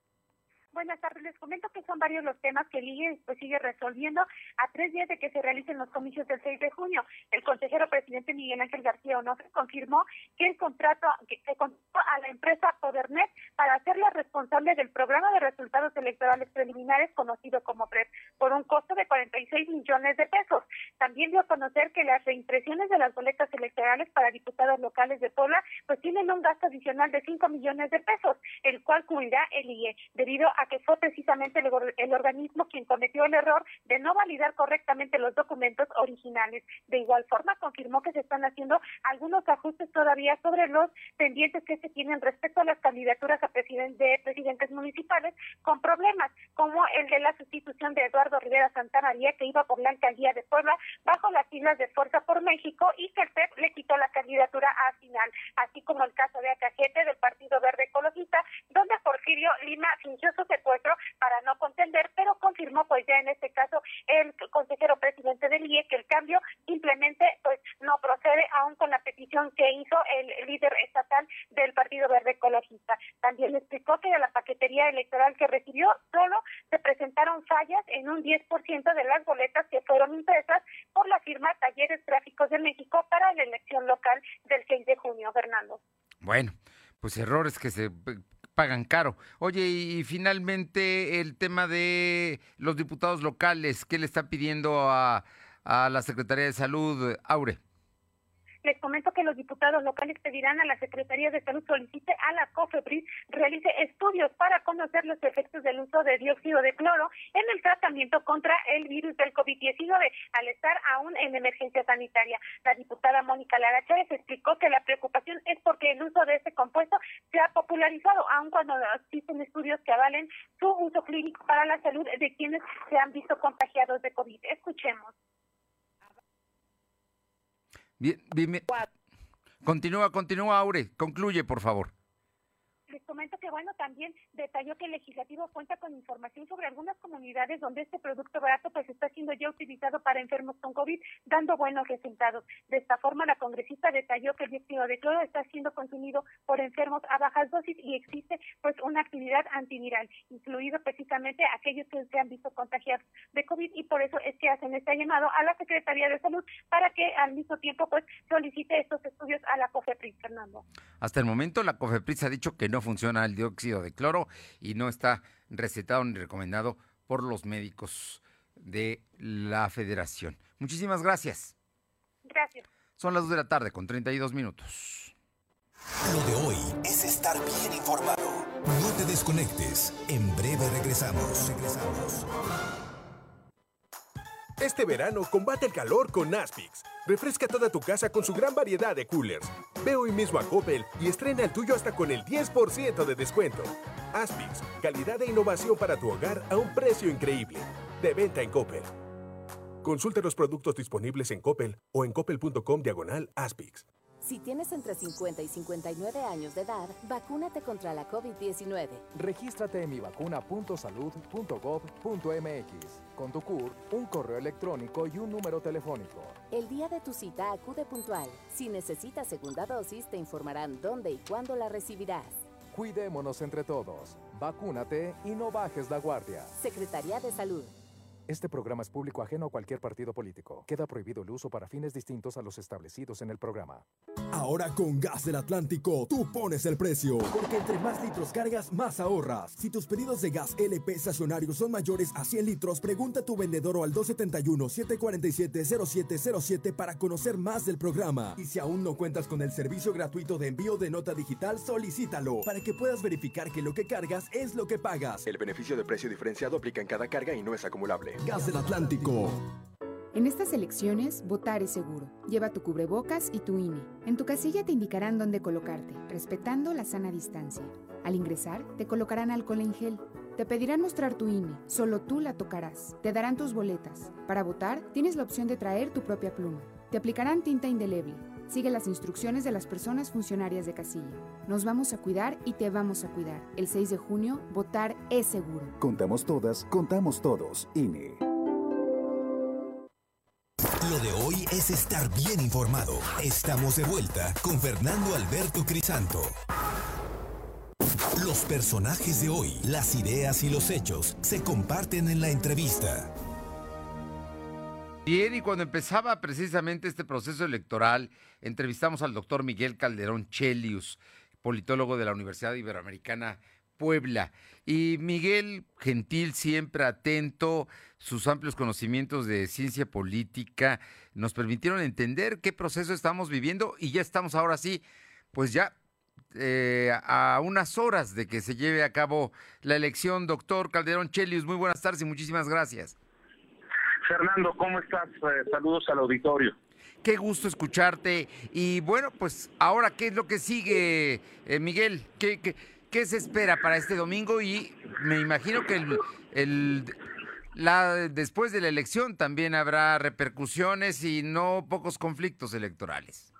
Buenas tardes, les comento que son varios los temas que el I E pues, sigue resolviendo a tres días de que se realicen los comicios del seis de junio. El consejero presidente Miguel Ángel García Onofre confirmó que el contrato que, que contrató a la empresa Podernet para hacerla responsable del programa de resultados electorales preliminares conocido como P R E P por un costo de cuarenta y seis millones de pesos. También dio a conocer que las reimpresiones de las boletas electorales para diputados locales de Puebla pues tienen un gasto adicional de cinco millones de pesos, el cual cubrirá el I E, debido a que fue precisamente el, el organismo quien cometió el error de no validar correctamente los documentos originales. De igual forma, confirmó que se están haciendo algunos ajustes todavía sobre los pendientes que se tienen respecto a las candidaturas a presidente, de presidentes municipales con problemas, como el de la sustitución de Eduardo Rivera Santamaría, que iba por la alcaldía de Puebla bajo las siglas de Fuerza por México, y que el P E P le quitó la candidatura a final, así como el caso de Acajete del Partido Verde Ecologista, donde Porfirio Lima fingió su secuestro para no contender, pero confirmó pues ya en este caso el consejero presidente del I E que el cambio simplemente pues no procede aún con la petición que hizo el líder estatal del Partido Verde Ecologista. También explicó que de la paquetería electoral que recibió solo se presentaron fallas en un diez por ciento de las boletas que fueron impresas por la firma Talleres Gráficos de México para la elección local del seis de junio, Fernando. Bueno, pues errores que se pagan caro. Oye, y, y finalmente el tema de los diputados locales, ¿qué le está pidiendo a, a la Secretaría de Salud, Aure? Les comento que los diputados locales pedirán a la Secretaría de Salud solicite a la COFEPRIS realice estudios para conocer los efectos del uso de dióxido de cloro en el tratamiento contra el virus del COVID diecinueve, al estar aún en emergencia sanitaria. La diputada Mónica Lara Chávez explicó que la preocupación es porque el uso de este compuesto se ha popularizado, aun cuando existen estudios que avalen su uso clínico para la salud de quienes se han visto contagiados de COVID. Escuchemos. Bien, bien, continúa, continúa, Aure, concluye, por favor. Les comento que, bueno, también detalló que el legislativo cuenta con información sobre algunas comunidades donde este producto barato pues está siendo ya utilizado para enfermos con COVID, dando buenos resultados. De esta forma, la congresista detalló que el dióxido de cloro está siendo consumido por enfermos a bajas dosis y existe pues una actividad antiviral, incluido precisamente aquellos que se han visto contagiados de COVID, y por eso es que hacen este llamado a la Secretaría de Salud para que al mismo tiempo pues solicite estos estudios a la COFEPRIS, Fernando. Hasta el momento la COFEPRIS ha dicho que no funciona el dióxido de cloro y no está recetado ni recomendado por los médicos de la Federación. Muchísimas gracias. Gracias. Son las dos de la tarde con treinta y dos minutos. Lo de hoy es estar bien informado. No te desconectes. En breve regresamos. Regresamos. Este verano combate el calor con Aspix. Refresca toda tu casa con su gran variedad de coolers. Ve hoy mismo a Coppel y estrena el tuyo hasta con el diez por ciento de descuento. Aspix, calidad e innovación para tu hogar a un precio increíble. De venta en Coppel. Consulta los productos disponibles en Coppel o en coppel.com diagonal Aspix. Si tienes entre cincuenta y cincuenta y nueve años de edad, vacúnate contra la COVID diecinueve. Regístrate en mivacuna punto salud punto gov punto m x con tu C U R, un correo electrónico y un número telefónico. El día de tu cita acude puntual. Si necesitas segunda dosis, te informarán dónde y cuándo la recibirás. Cuidémonos entre todos. Vacúnate y no bajes la guardia. Secretaría de Salud. Este programa es público ajeno a cualquier partido político. Queda prohibido el uso para fines distintos a los establecidos en el programa. Ahora con Gas del Atlántico, tú pones el precio. Porque entre más litros cargas, más ahorras. Si tus pedidos de gas L P estacionarios son mayores a cien litros, pregunta a tu vendedor o al dos siete uno, siete cuatro siete, cero siete cero siete para conocer más del programa. Y si aún no cuentas con el servicio gratuito de envío de nota digital, solicítalo para que puedas verificar que lo que cargas es lo que pagas. El beneficio de precio diferenciado aplica en cada carga y no es acumulable. Gas del Atlántico. En estas elecciones, votar es seguro. Lleva tu cubrebocas y tu I N E. En tu casilla te indicarán dónde colocarte, respetando la sana distancia. Al ingresar, te colocarán alcohol en gel. Te pedirán mostrar tu I N E. Solo tú la tocarás. Te darán tus boletas. Para votar, tienes la opción de traer tu propia pluma. Te aplicarán tinta indeleble. Sigue las instrucciones de las personas funcionarias de casilla. Nos vamos a cuidar y te vamos a cuidar. El seis de junio, votar es seguro. Contamos todas, contamos todos. I N E. Lo de hoy es estar bien informado. Estamos de vuelta con Fernando Alberto Crisanto. Los personajes de hoy, las ideas y los hechos se comparten en la entrevista. Bien, y cuando empezaba precisamente este proceso electoral, entrevistamos al doctor Miguel Calderón Chelius, politólogo de la Universidad Iberoamericana Puebla. Y Miguel, gentil, siempre atento, sus amplios conocimientos de ciencia política nos permitieron entender qué proceso estamos viviendo y ya estamos ahora sí, pues ya eh, a unas horas de que se lleve a cabo la elección. Doctor Calderón Chelius, muy buenas tardes y muchísimas gracias. Fernando, ¿cómo estás? Eh, saludos al auditorio. Qué gusto escucharte. Y bueno, pues ahora, ¿qué es lo que sigue, eh, Miguel? ¿Qué, qué, ¿Qué se espera para este domingo? Y me imagino que el, el, la, después de la elección también habrá repercusiones y no pocos conflictos electorales.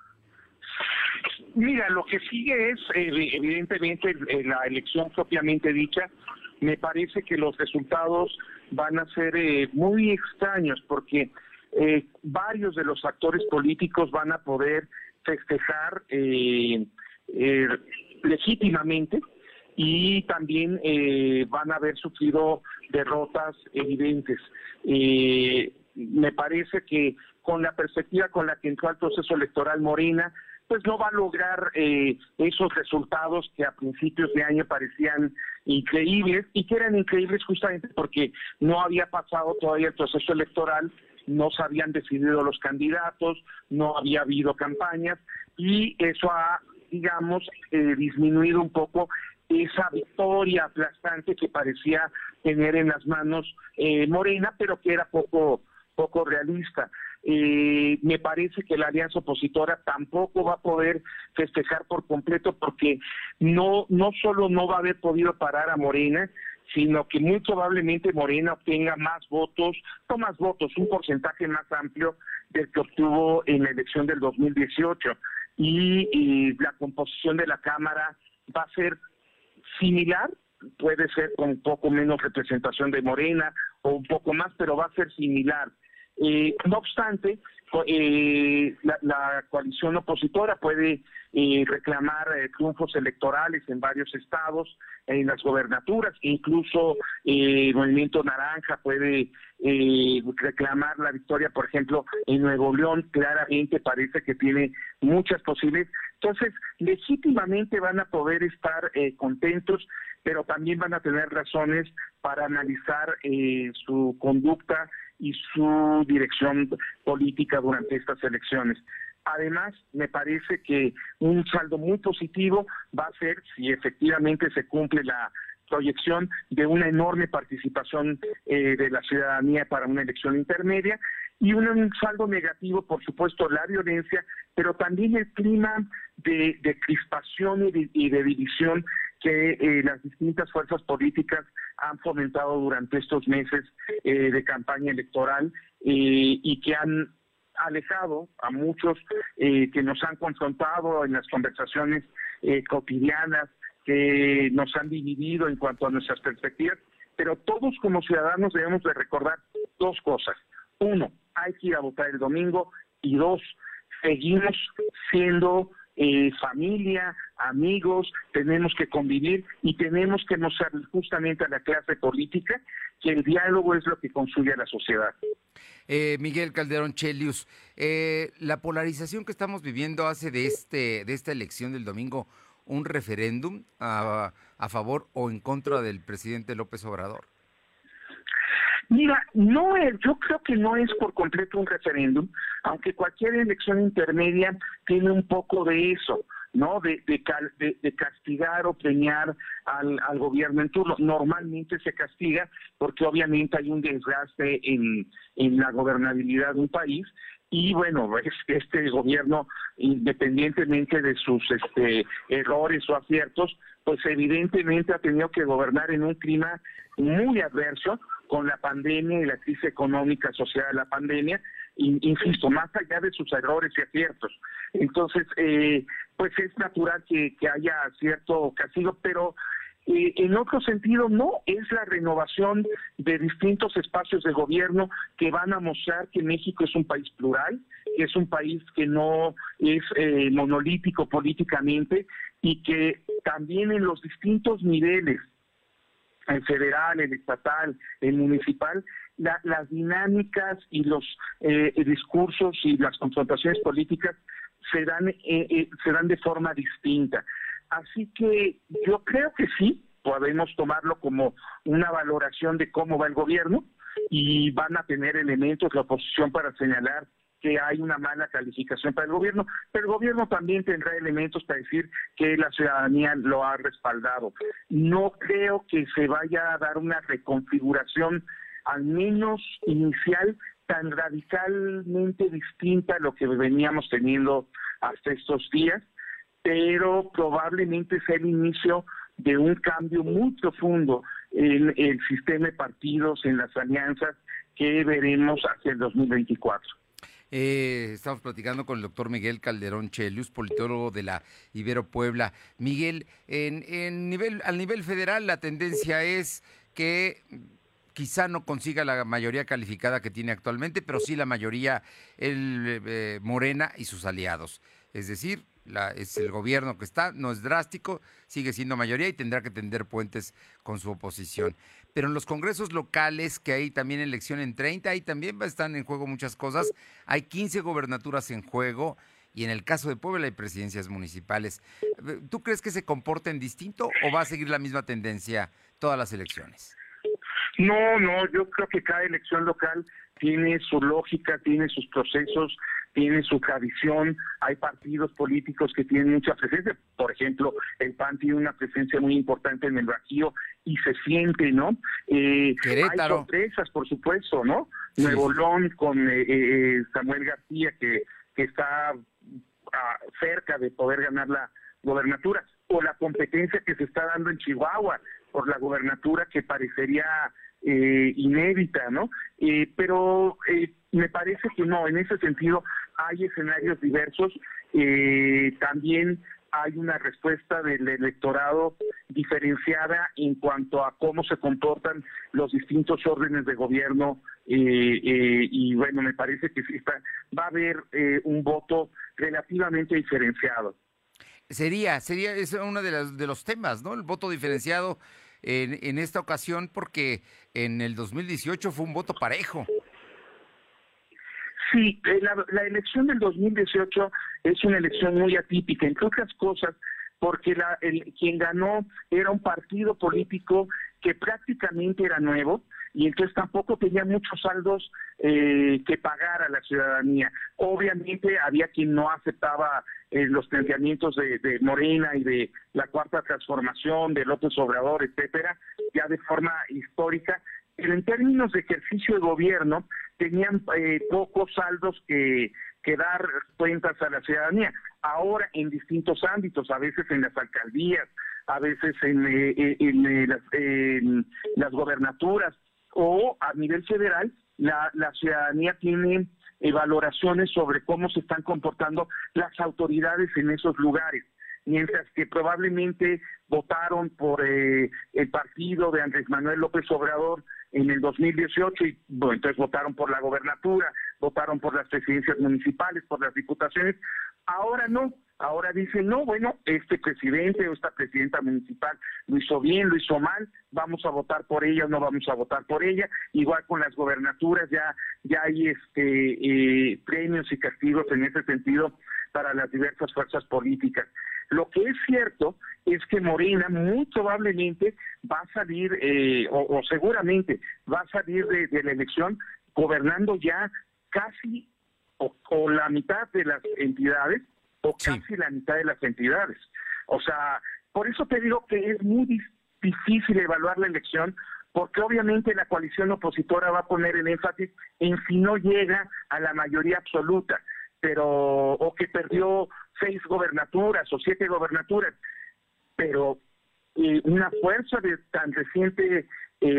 Mira, lo que sigue es, eh, evidentemente, eh, la elección propiamente dicha. Me parece que los resultados van a ser eh, muy extraños porque eh, varios de los actores políticos van a poder festejar eh, eh, legítimamente y también eh, van a haber sufrido derrotas evidentes. Eh, me parece que con la perspectiva con la que entró al proceso electoral Morena, pues no va a lograr eh, esos resultados que a principios de año parecían increíbles y que eran increíbles justamente porque no había pasado todavía el proceso electoral, no se habían decidido los candidatos, no había habido campañas y eso ha, digamos, eh, disminuido un poco esa victoria aplastante que parecía tener en las manos eh, Morena, pero que era poco, poco realista. Eh, me parece que la alianza opositora tampoco va a poder festejar por completo porque no no solo no va a haber podido parar a Morena, sino que muy probablemente Morena obtenga más votos, no más votos, un porcentaje más amplio del que obtuvo en la elección del dos mil dieciocho. Y, y la composición de la Cámara va a ser similar, puede ser con un poco menos representación de Morena o un poco más, pero va a ser similar. Eh, no obstante, eh, la, la coalición opositora puede eh, reclamar eh, triunfos electorales en varios estados, en las gobernaturas, incluso eh, el Movimiento Naranja puede eh, reclamar la victoria, por ejemplo, en Nuevo León, claramente parece que tiene muchas posibilidades. Entonces, legítimamente van a poder estar eh, contentos, pero también van a tener razones para analizar eh, su conducta y su dirección política durante estas elecciones. Además, me parece que un saldo muy positivo va a ser si efectivamente se cumple la proyección de una enorme participación eh, de la ciudadanía para una elección intermedia y un, un saldo negativo, por supuesto, la violencia, pero también el clima de, de crispación y de, y de división que eh, las distintas fuerzas políticas han fomentado durante estos meses eh, de campaña electoral eh, y que han alejado a muchos eh, que nos han confrontado en las conversaciones eh, cotidianas, que nos han dividido en cuanto a nuestras perspectivas, pero todos como ciudadanos debemos de recordar dos cosas. Uno, hay que ir a votar el domingo y dos, seguimos siendo eh, familia, amigos, tenemos que convivir y tenemos que mostrar justamente a la clase política que el diálogo es lo que construye a la sociedad. Eh, Miguel Calderón Chelius, eh, la polarización que estamos viviendo hace de este de esta elección del domingo un referéndum a, a favor o en contra del presidente López Obrador. Mira, no es, yo creo que no es por completo un referéndum, aunque cualquier elección intermedia tiene un poco de eso, ¿no? De, de, de, de castigar o premiar al, al gobierno en turno. Normalmente se castiga porque obviamente hay un desgaste en, en la gobernabilidad de un país. Y bueno, este gobierno, independientemente de sus este, errores o aciertos, pues evidentemente ha tenido que gobernar en un clima muy adverso, con la pandemia y la crisis económica asociada a la pandemia, y, insisto, más allá de sus errores y aciertos. Entonces, eh, pues es natural que, que haya cierto castigo, pero eh, en otro sentido no, es la renovación de distintos espacios de gobierno que van a mostrar que México es un país plural, que es un país que no es eh, monolítico políticamente y que también en los distintos niveles, el federal, el estatal, el municipal, la, las dinámicas y los eh, discursos y las confrontaciones políticas se dan, eh, eh, se dan de forma distinta. Así que yo creo que sí, podemos tomarlo como una valoración de cómo va el gobierno y van a tener elementos la oposición para señalar que hay una mala calificación para el gobierno, pero el gobierno también tendrá elementos para decir que la ciudadanía lo ha respaldado. No creo que se vaya a dar una reconfiguración, al menos inicial, tan radicalmente distinta a lo que veníamos teniendo hasta estos días, pero probablemente sea el inicio de un cambio muy profundo en el sistema de partidos, en las alianzas que veremos hacia el dos mil veinticuatro. Eh, estamos platicando con el doctor Miguel Calderón Chelius, politólogo de la Ibero Puebla. Miguel, en, en nivel, al nivel federal la tendencia es que quizá no consiga la mayoría calificada que tiene actualmente, pero sí la mayoría el eh, Morena y sus aliados. Es decir, la, es el gobierno que está, no es drástico, sigue siendo mayoría y tendrá que tender puentes con su oposición. Pero en los congresos locales, que hay también elección en treinta, ahí también están en juego muchas cosas. Hay quince gobernaturas en juego y en el caso de Puebla hay presidencias municipales. ¿Tú crees que se comporten distinto o va a seguir la misma tendencia todas las elecciones? No, no, yo creo que cada elección local tiene su lógica, tiene sus procesos, tiene su tradición. Hay partidos políticos que tienen mucha presencia. Por ejemplo, el P A N tiene una presencia muy importante en el Bajío y se siente, ¿no? Eh, Querétaro. Hay sorpresas, por supuesto, ¿no? Sí. Nuevo León con eh, eh, Samuel García, que, que está ah, cerca de poder ganar la gobernatura. O la competencia que se está dando en Chihuahua por la gobernatura, que parecería eh, inédita, ¿no? Eh, pero eh, me parece que no, en ese sentido hay escenarios diversos. Eh, también hay una respuesta del electorado diferenciada en cuanto a cómo se comportan los distintos órdenes de gobierno eh, eh, y bueno, me parece que sí está, va a haber eh, un voto relativamente diferenciado. Sería, sería es uno de, las, de los temas, ¿no? El voto diferenciado en, en esta ocasión, porque en el dos mil dieciocho fue un voto parejo. Sí, la, la elección del dos mil dieciocho es una elección muy atípica, entre otras cosas, porque la, el, quien ganó era un partido político que prácticamente era nuevo, y entonces tampoco tenía muchos saldos eh, que pagar a la ciudadanía. Obviamente había quien no aceptaba eh, los planteamientos de, de Morena y de la Cuarta Transformación, de López Obrador, etcétera, ya de forma histórica, pero en términos de ejercicio de gobierno tenían eh, pocos saldos que, que dar cuentas a la ciudadanía. Ahora en distintos ámbitos, a veces en las alcaldías, a veces en, eh, en, en, las, en las gobernaturas, o a nivel federal, la, la ciudadanía tiene eh, valoraciones sobre cómo se están comportando las autoridades en esos lugares, mientras que probablemente votaron por eh, el partido de Andrés Manuel López Obrador en el dos mil dieciocho y bueno, entonces votaron por la gobernatura, votaron por las presidencias municipales, por las diputaciones. Ahora no, Ahora dicen, no, bueno, este presidente o esta presidenta municipal lo hizo bien, lo hizo mal, vamos a votar por ella o no vamos a votar por ella. Igual con las gobernaturas, ya ya hay este eh, premios y castigos en ese sentido para las diversas fuerzas políticas. Lo que es cierto es que Morena muy probablemente va a salir, eh, o, o seguramente va a salir de, de la elección gobernando ya casi o, o la mitad de las entidades, o casi sí. la mitad de las entidades. O sea, por eso te digo que es muy difícil evaluar la elección, porque obviamente la coalición opositora va a poner el énfasis en si no llega a la mayoría absoluta, pero o que perdió seis gobernaturas o siete gobernaturas, pero eh, una fuerza de tan reciente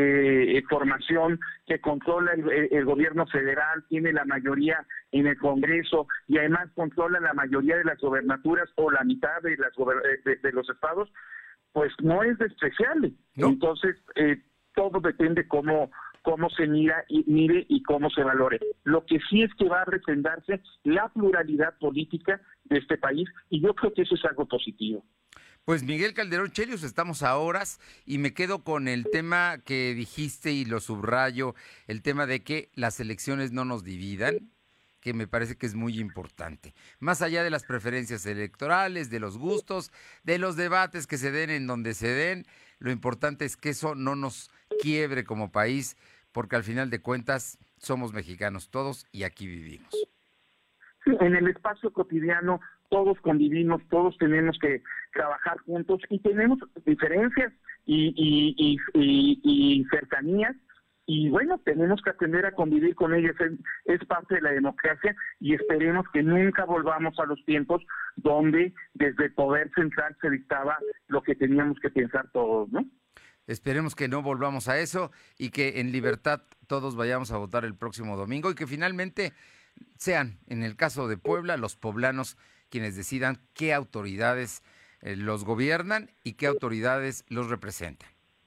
eh, formación que controla el, el gobierno federal, tiene la mayoría en el Congreso y además controla la mayoría de las gobernaturas o la mitad de las de, de los estados, pues no es despreciable. ¿No? Entonces eh, todo depende cómo cómo se mira y mire y cómo se valore. Lo que sí es que va a refrendarse la pluralidad política de este país y yo creo que eso es algo positivo. Pues Miguel Calderón Chelios, estamos a horas y me quedo con el tema que dijiste y lo subrayo, el tema de que las elecciones no nos dividan, que me parece que es muy importante. Más allá de las preferencias electorales, de los gustos, de los debates que se den en donde se den, lo importante es que eso no nos quiebre como país, porque al final de cuentas somos mexicanos todos y aquí vivimos. Sí, en el espacio cotidiano todos convivimos, todos tenemos que trabajar juntos y tenemos diferencias y, y, y, y, y cercanías y bueno, tenemos que aprender a convivir con ellas, es, es parte de la democracia y esperemos que nunca volvamos a los tiempos donde desde el poder central se dictaba lo que teníamos que pensar todos, ¿no? Esperemos que no volvamos a eso y que en libertad todos vayamos a votar el próximo domingo y que finalmente sean, en el caso de Puebla, los poblanos quienes decidan qué autoridades eh, los gobiernan y qué autoridades los representan.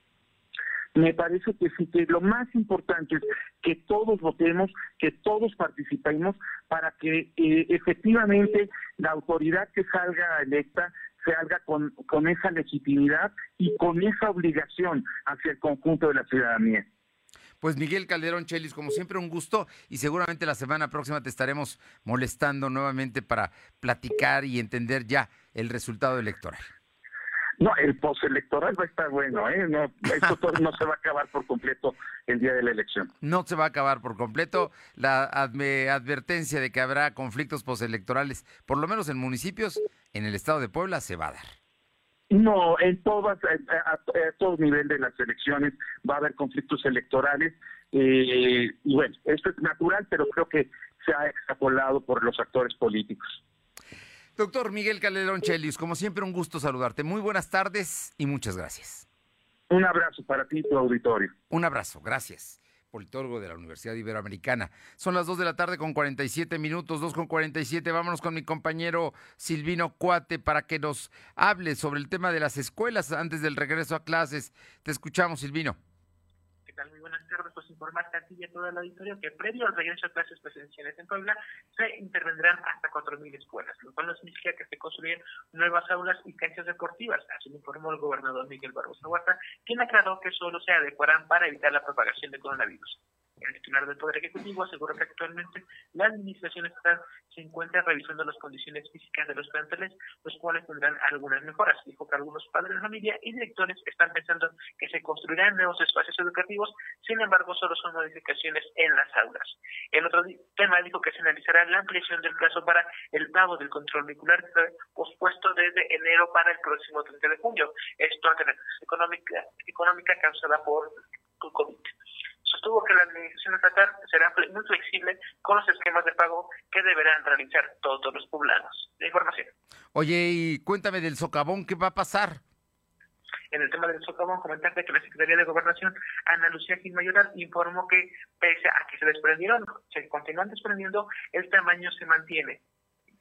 Me parece que sí, que lo más importante es que todos votemos, que todos participemos para que eh, efectivamente la autoridad que salga electa salga con, con esa legitimidad y con esa obligación hacia el conjunto de la ciudadanía. Pues Miguel Calderón Chelios, como siempre un gusto y seguramente la semana próxima te estaremos molestando nuevamente para platicar y entender ya el resultado electoral. No, el postelectoral va a estar bueno, ¿eh? No, esto todo no se va a acabar por completo el día de la elección. No se va a acabar por completo. La adme, advertencia de que habrá conflictos postelectorales, por lo menos en municipios, en el estado de Puebla, se va a dar. No, en todas, a, a, a todo nivel de las elecciones va a haber conflictos electorales eh, y bueno, esto es natural, pero creo que se ha extrapolado por los actores políticos. Doctor Miguel Calderón Chelios, como siempre un gusto saludarte. Muy buenas tardes y muchas gracias. Un abrazo para ti y tu auditorio. Un abrazo, gracias. Politólogo de la Universidad Iberoamericana. Son las dos de la tarde con cuarenta y siete minutos, dos con cuarenta y siete. Vámonos con mi compañero Silvino Cuate para que nos hable sobre el tema de las escuelas antes del regreso a clases. Te escuchamos, Silvino. ¿Qué tal? Muy buenas tardes. Pues informarte a ti y a todo el auditorio que previo al regreso a clases presenciales en Puebla se intervendrán hasta cuatro mil escuelas, lo cual no significa que se construyan nuevas aulas y canchas deportivas. Así lo informó el gobernador Miguel Barbosa Huerta, quien aclaró que solo se adecuarán para evitar la propagación del coronavirus. El titular del Poder Ejecutivo aseguró que actualmente la administración estatal se encuentra revisando las condiciones físicas de los planteles, los cuales tendrán algunas mejoras. Dijo que algunos padres de familia y directores están pensando que se construirán nuevos espacios educativos, sin embargo solo son modificaciones en las aulas. El otro tema dijo que se analizará la ampliación del plazo para el pago del control vehicular, pospuesto desde enero para el próximo treinta de junio, esto ante la crisis económica, económica causada por el COVID. Sostuvo que la administración estatal será muy flexible con los esquemas de pago que deberán realizar todos los poblanos. La información. Oye, y cuéntame del socavón, ¿qué va a pasar? En el tema del socavón, comentarte que la Secretaría de Gobernación, Ana Lucía Gil Mayoral, informó que pese a que se desprendieron, se continúan desprendiendo, el tamaño se mantiene.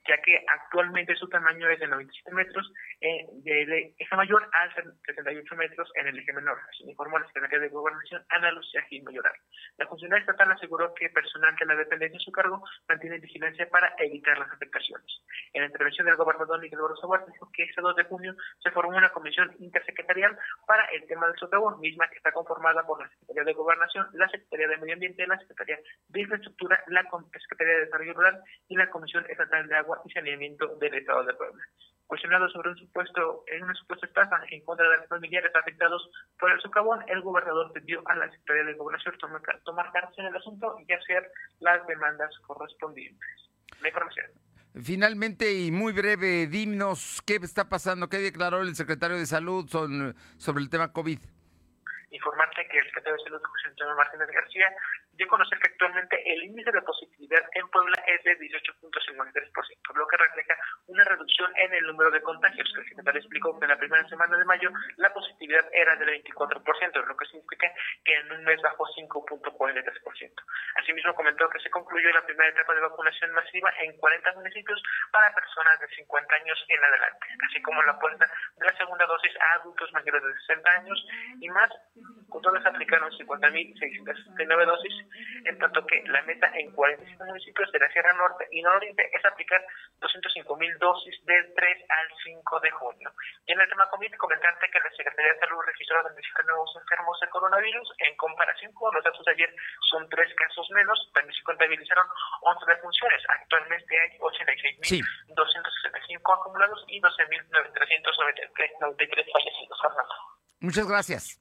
ya que actualmente su tamaño es de noventa y siete metros, eh, del eje mayor a setenta y ocho metros en el eje menor, así informó la Secretaría de Gobernación, Ana Lucía Gil Mayoral. La funcionaria estatal aseguró que personal de la dependencia en su cargo mantiene vigilancia para evitar las afectaciones. En la intervención del gobernador Miguel Barroso Huerta dijo que este dos de junio se formó una comisión intersecretarial para el tema del socavón, misma que está conformada por la Secretaría de Gobernación, la Secretaría de Medio Ambiente, la Secretaría de Infraestructura, la Secretaría de Desarrollo Rural y la Comisión Estatal de Agua y Saneamiento del Estado de Puebla. Cuestionado sobre un supuesto, en una supuesta estafa en contra de los familiares afectados por el socavón, el gobernador pidió a la Secretaría de Gobernación tomar, tomar cartas en el asunto y hacer las demandas correspondientes. La información. Finalmente y muy breve, dinos qué está pasando, qué declaró el secretario de Salud son, sobre el tema COVID. Informarte que el secretario de Salud, José Antonio Martínez García, dio a conocer que actualmente el índice de positividad en Puebla es de dieciocho punto cincuenta y tres por ciento, lo que refleja una reducción en el número de contagios. El secretario explicó que en la primera semana de mayo la positividad era del veinticuatro por ciento, lo que significa que en un mes bajó cinco punto cuarenta y tres por ciento. Asimismo comentó que se concluyó la primera etapa de vacunación masiva en cuarenta municipios para personas de cincuenta años en adelante, así como la puesta de la segunda dosis a adultos mayores de sesenta años y más. Con todas aplicaron cincuenta mil seiscientas sesenta y nueve dosis, en tanto que la meta en cuarenta y siete municipios de la Sierra Norte y Nororiente es aplicar doscientos cinco mil dosis del tres al cinco de junio. Y en el tema COVID, comentarte que la Secretaría de Salud registró veintisiete nuevos enfermos de coronavirus. En comparación con los datos de ayer, son tres casos menos. También se contabilizaron once defunciones. Actualmente hay ochenta y seis mil doscientos sesenta y cinco acumulados y doce mil trescientos noventa y tres fallecidos. Fernando. Muchas gracias.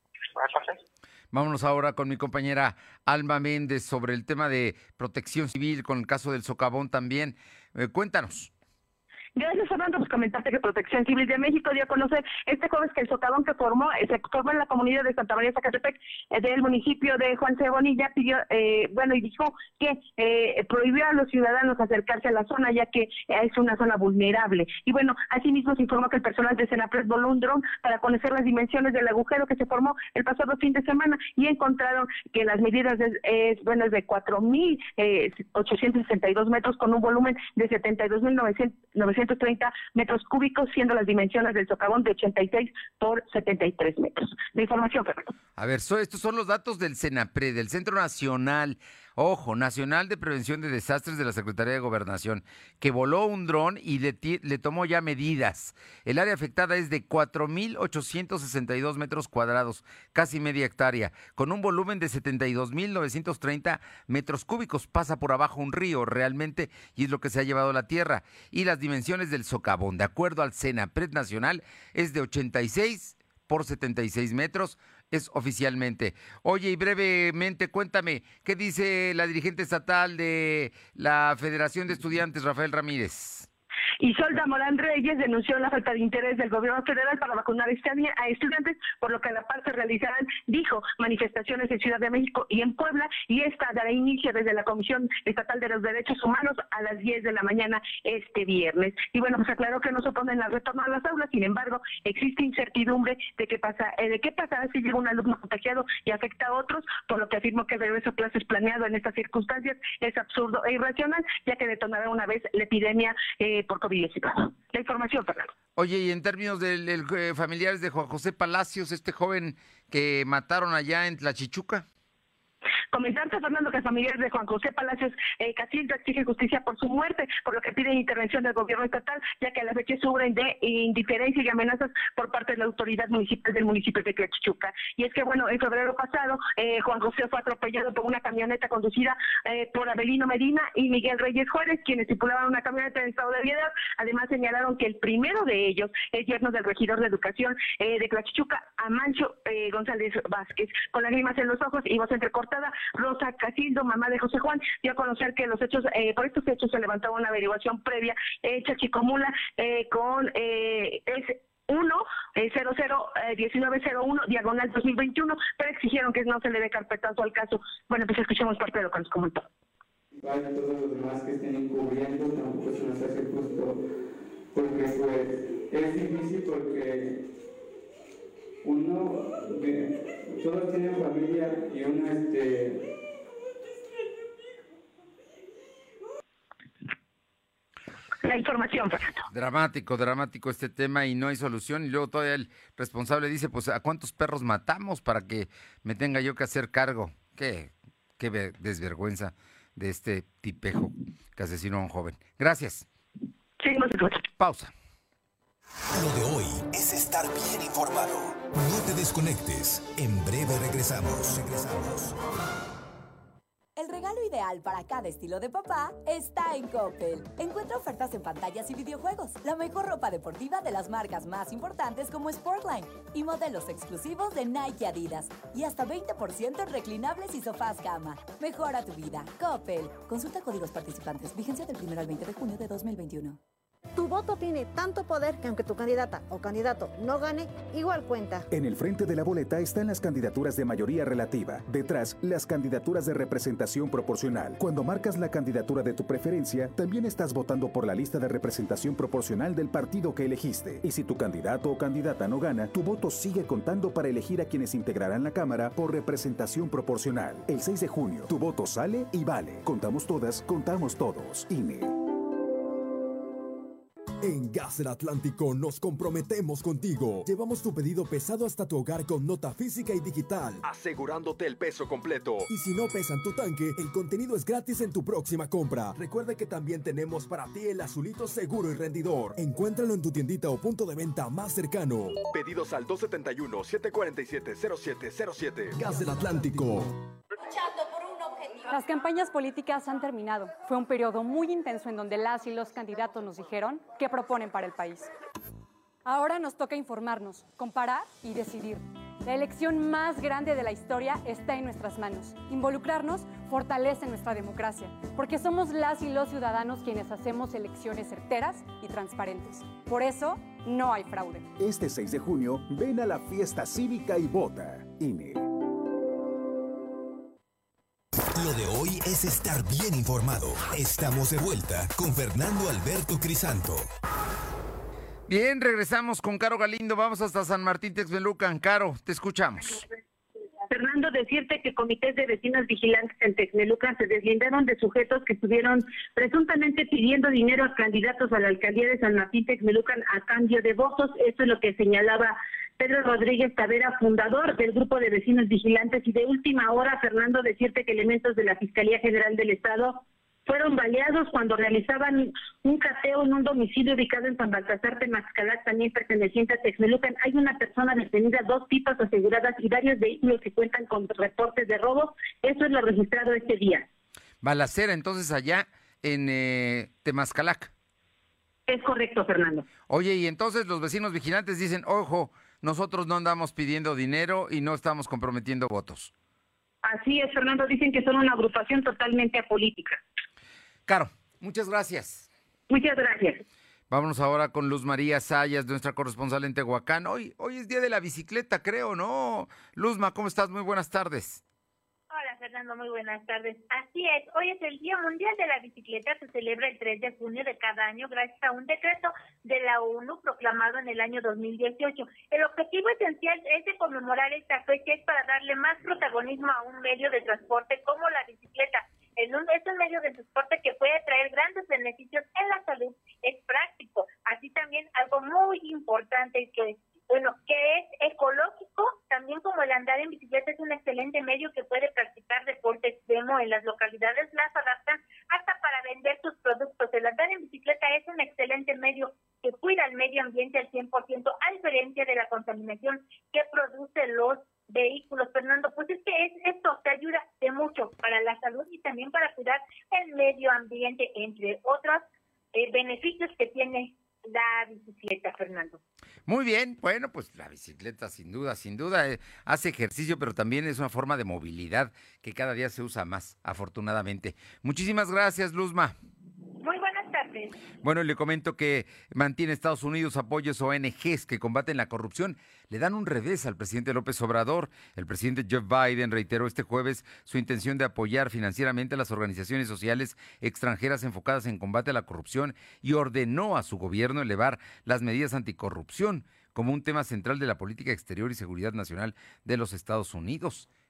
Vámonos ahora con mi compañera Alma Méndez sobre el tema de protección civil con el caso del socavón también. Eh, cuéntanos. Gracias, Fernando. Pues comentarte que Protección Civil de México dio a conocer este jueves que el socavón que formó, se formó en la comunidad de Santa María Zacatepec, eh, del municipio de Juan C. Bonilla, pidió, eh, bueno, y dijo que eh, prohibió a los ciudadanos acercarse a la zona, ya que es una zona vulnerable. Y bueno, asimismo se informó que el personal de Senapred voló un dron para conocer las dimensiones del agujero que se formó el pasado fin de semana y encontraron que las medidas es, es bueno, es de cuatro mil ochocientos sesenta y dos metros con un volumen de setenta y dos mil novecientos treinta metros cúbicos, siendo las dimensiones del socavón de ochenta y seis por setenta y tres metros. La información, Fernando. A ver, so, estos son los datos del CENAPRED, del Centro Nacional, ojo, Nacional de Prevención de Desastres de la Secretaría de Gobernación, que voló un dron y le, le tomó ya medidas. El área afectada es de cuatro mil ochocientos sesenta y dos metros cuadrados, casi media hectárea, con un volumen de setenta y dos mil novecientos treinta metros cúbicos. Pasa por abajo un río realmente y es lo que se ha llevado la tierra. Y las dimensiones del socavón, de acuerdo al CENAPRED Nacional, es de ochenta y seis por setenta y seis metros, es oficialmente. Oye, y brevemente, cuéntame, ¿qué dice la dirigente estatal de la Federación de Estudiantes, Rafael Ramírez? Isolda Morán Reyes denunció la falta de interés del gobierno federal para vacunar a estudiantes, por lo que a la par se realizarán, dijo, manifestaciones en Ciudad de México y en Puebla, y esta dará inicio desde la Comisión Estatal de los Derechos Humanos a las diez de la mañana este viernes. Y bueno, pues aclaró que no se oponen al retorno a las aulas, sin embargo, existe incertidumbre de qué pasa, eh, de qué pasará si llega un alumno contagiado y afecta a otros, por lo que afirmó que el regreso a clases planeado en estas circunstancias es absurdo e irracional, ya que detonará una vez la epidemia eh, por COVID diecinueve. La información, Fernando. Oye, y en términos de, de, de familiares de Juan José Palacios, este joven que mataron allá en Tlachichuca. Comentarte, Fernando, que familiares de Juan José Palacios eh, Casildo exigen justicia por su muerte, por lo que piden intervención del gobierno estatal, ya que a la fecha sufren de indiferencia y amenazas por parte de la autoridad municipal del municipio de Tlachichuca. Y es que, bueno, en febrero pasado, eh, Juan José fue atropellado por una camioneta conducida eh, por Abelino Medina y Miguel Reyes Juárez, quienes circulaban una camioneta en estado de ebriedad. Además, señalaron que el primero de ellos es yerno del regidor de Educación eh, de Tlachichuca, Amancio eh, González Vázquez. Con lágrimas en los ojos y voz entrecortada, Rosa Casildo, mamá de José Juan, dio a conocer que los hechos, eh, por estos hechos se levantaba una averiguación previa hecha eh, Chicomula eh, con eh, es uno cero cero diecinueve cero uno diagonal dos mil veintiuno, pero exigieron que no se le dé carpetazo al caso. Bueno, pues escuchemos parte de lo que nos comentó. Vaya, todos los demás que estén encubriendo tampoco se nos hace justo, porque pues es difícil porque uno, eh, todos tienen familia y uno este la información, Fernando. Dramático, dramático este tema y no hay solución. Y luego todavía el responsable dice, pues, ¿a cuántos perros matamos para que me tenga yo que hacer cargo? Qué, qué desvergüenza de este tipejo que asesinó a un joven. Gracias. Seguimos en pausa. Lo de hoy es estar bien informado. No te desconectes. En breve regresamos. Regresamos. El regalo ideal para cada estilo de papá está en Coppel. Encuentra ofertas en pantallas y videojuegos, la mejor ropa deportiva de las marcas más importantes como Sportline y modelos exclusivos de Nike y Adidas. Y hasta veinte por ciento en reclinables y sofás cama. Mejora tu vida. Coppel. Consulta códigos participantes. Vigencia del primero al veinte de junio de dos mil veintiuno. Tu voto tiene tanto poder que aunque tu candidata o candidato no gane, igual cuenta. En el frente de la boleta están las candidaturas de mayoría relativa. Detrás, las candidaturas de representación proporcional. Cuando marcas la candidatura de tu preferencia, también estás votando por la lista de representación proporcional del partido que elegiste. Y si tu candidato o candidata no gana, tu voto sigue contando para elegir a quienes integrarán la Cámara por representación proporcional. El seis de junio, tu voto sale y vale. Contamos todas, contamos todos. I N E. En Gas del Atlántico nos comprometemos contigo. Llevamos tu pedido pesado hasta tu hogar con nota física y digital, asegurándote el peso completo. Y si no pesan tu tanque, el contenido es gratis en tu próxima compra. Recuerda que también tenemos para ti el azulito seguro y rendidor. Encuéntralo en tu tiendita o punto de venta más cercano. Pedidos al dos siete uno, siete cuatro siete, cero siete cero siete. Gas del Atlántico. Las campañas políticas han terminado. Fue un periodo muy intenso en donde las y los candidatos nos dijeron qué proponen para el país. Ahora nos toca informarnos, comparar y decidir. La elección más grande de la historia está en nuestras manos. Involucrarnos fortalece nuestra democracia, porque somos las y los ciudadanos quienes hacemos elecciones certeras y transparentes. Por eso, no hay fraude. Este seis de junio, ven a la fiesta cívica y vota. I N E. Lo de hoy es estar bien informado. Estamos de vuelta con Fernando Alberto Crisanto. Bien, regresamos con Caro Galindo. Vamos hasta San Martín Texmelucan. Caro, te escuchamos. Fernando, decirte que comités de vecinos vigilantes en Texmelucan se deslindaron de sujetos que estuvieron presuntamente pidiendo dinero a candidatos a la alcaldía de San Martín Texmelucan a cambio de votos. Eso es lo que señalaba Pedro Rodríguez Tavera, fundador del grupo de vecinos vigilantes. Y de última hora, Fernando, decirte que elementos de la Fiscalía General del Estado fueron baleados cuando realizaban un cateo en un domicilio ubicado en San Baltasar Temaxcalac, también perteneciente a Texmelucan. Hay una persona detenida, dos pipas aseguradas y varios vehículos que cuentan con reportes de robo. Eso es lo registrado este día. Balacera, entonces, allá en eh, Temaxcalac. Es correcto, Fernando. Oye, y entonces los vecinos vigilantes dicen, ojo, nosotros no andamos pidiendo dinero y no estamos comprometiendo votos. Así es, Fernando, dicen que son una agrupación totalmente apolítica. Caro, muchas gracias. Muchas gracias. Vámonos ahora con Luz María Sayas, nuestra corresponsal en Tehuacán. Hoy, hoy es día de la bicicleta, creo, ¿no? Luzma, ¿cómo estás? Muy buenas tardes. Hola, Fernando, muy buenas tardes. Así es, hoy es el Día Mundial de la Bicicleta, se celebra el tres de junio de cada año gracias a un decreto de la ONU proclamado en el año dos mil dieciocho. El objetivo esencial es de conmemorar esta fecha es para darle más protagonismo a un medio de transporte como la bicicleta. Es un, es un medio de transporte que puede traer grandes beneficios en la salud, es práctico. Así también algo muy importante que Bueno, que es ecológico, también como el andar en bicicleta es un excelente medio que puede practicar deporte extremo en las localidades, las adaptan hasta para vender sus productos. El andar en bicicleta es un excelente medio que cuida el medio ambiente al cien por ciento, a diferencia de la contaminación que produce los vehículos. Fernando, pues es que es, esto te ayuda de mucho para la salud y también para cuidar el medio ambiente, entre otros eh, beneficios que tiene la bicicleta, Fernando. Muy bien, bueno, pues la bicicleta sin duda, sin duda eh, hace ejercicio, pero también es una forma de movilidad que cada día se usa más, afortunadamente. Muchísimas gracias, Luzma. Muy buenas tardes. Bueno, le comento que mantiene Estados Unidos apoyos a O N Ges que combaten la corrupción. Le dan un revés al presidente López Obrador. El presidente Joe Biden reiteró este jueves su intención de apoyar financieramente a las organizaciones sociales extranjeras enfocadas en combate a la corrupción y ordenó a su gobierno elevar las medidas anticorrupción como un tema central de la política exterior y seguridad nacional de los Estados Unidos.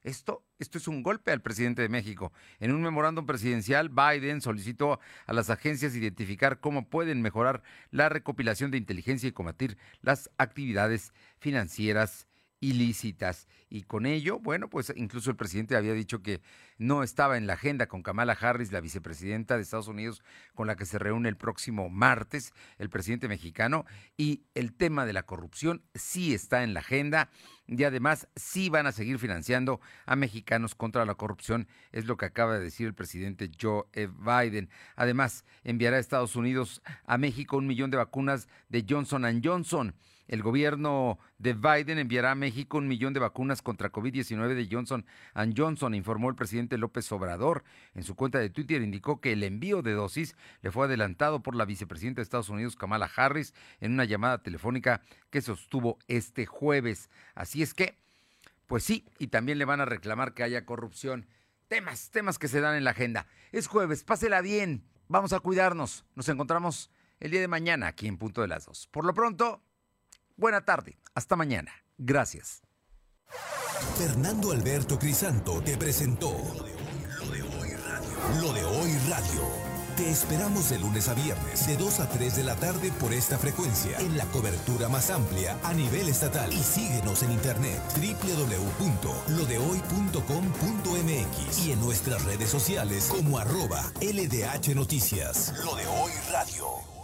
Esto, esto es un golpe al presidente de México. En un memorándum presidencial, Biden solicitó a las agencias identificar cómo pueden mejorar la recopilación de inteligencia y combatir las actividades financieras ilícitas. Y con ello, bueno, pues incluso el presidente había dicho que no estaba en la agenda con Kamala Harris, la vicepresidenta de Estados Unidos, con la que se reúne el próximo martes el presidente mexicano, y el tema de la corrupción sí está en la agenda, y además sí van a seguir financiando a mexicanos contra la corrupción, es lo que acaba de decir el presidente Joe Biden. Además, enviará a Estados Unidos a México un millón de vacunas de Johnson and Johnson. El gobierno de Biden enviará a México un millón de vacunas contra COVID diecinueve de Johnson and Johnson, informó el presidente López Obrador. En su cuenta de Twitter indicó que el envío de dosis le fue adelantado por la vicepresidenta de Estados Unidos, Kamala Harris, en una llamada telefónica que sostuvo este jueves. Así es que, pues sí, y también le van a reclamar que haya corrupción. Temas, temas que se dan en la agenda. Es jueves, pásela bien, vamos a cuidarnos. Nos encontramos el día de mañana aquí en Punto de las Dos. Por lo pronto, buena tarde, hasta mañana. Gracias. Fernando Alberto Crisanto te presentó Lo de Hoy Radio. Lo de Hoy Radio. Te esperamos de lunes a viernes, de dos a tres de la tarde por esta frecuencia, en la cobertura más amplia a nivel estatal. Y síguenos en internet, doble u doble u doble u punto lo de hoy punto com punto m x, y en nuestras redes sociales como arroba L D H Noticias. Lo de Hoy Radio.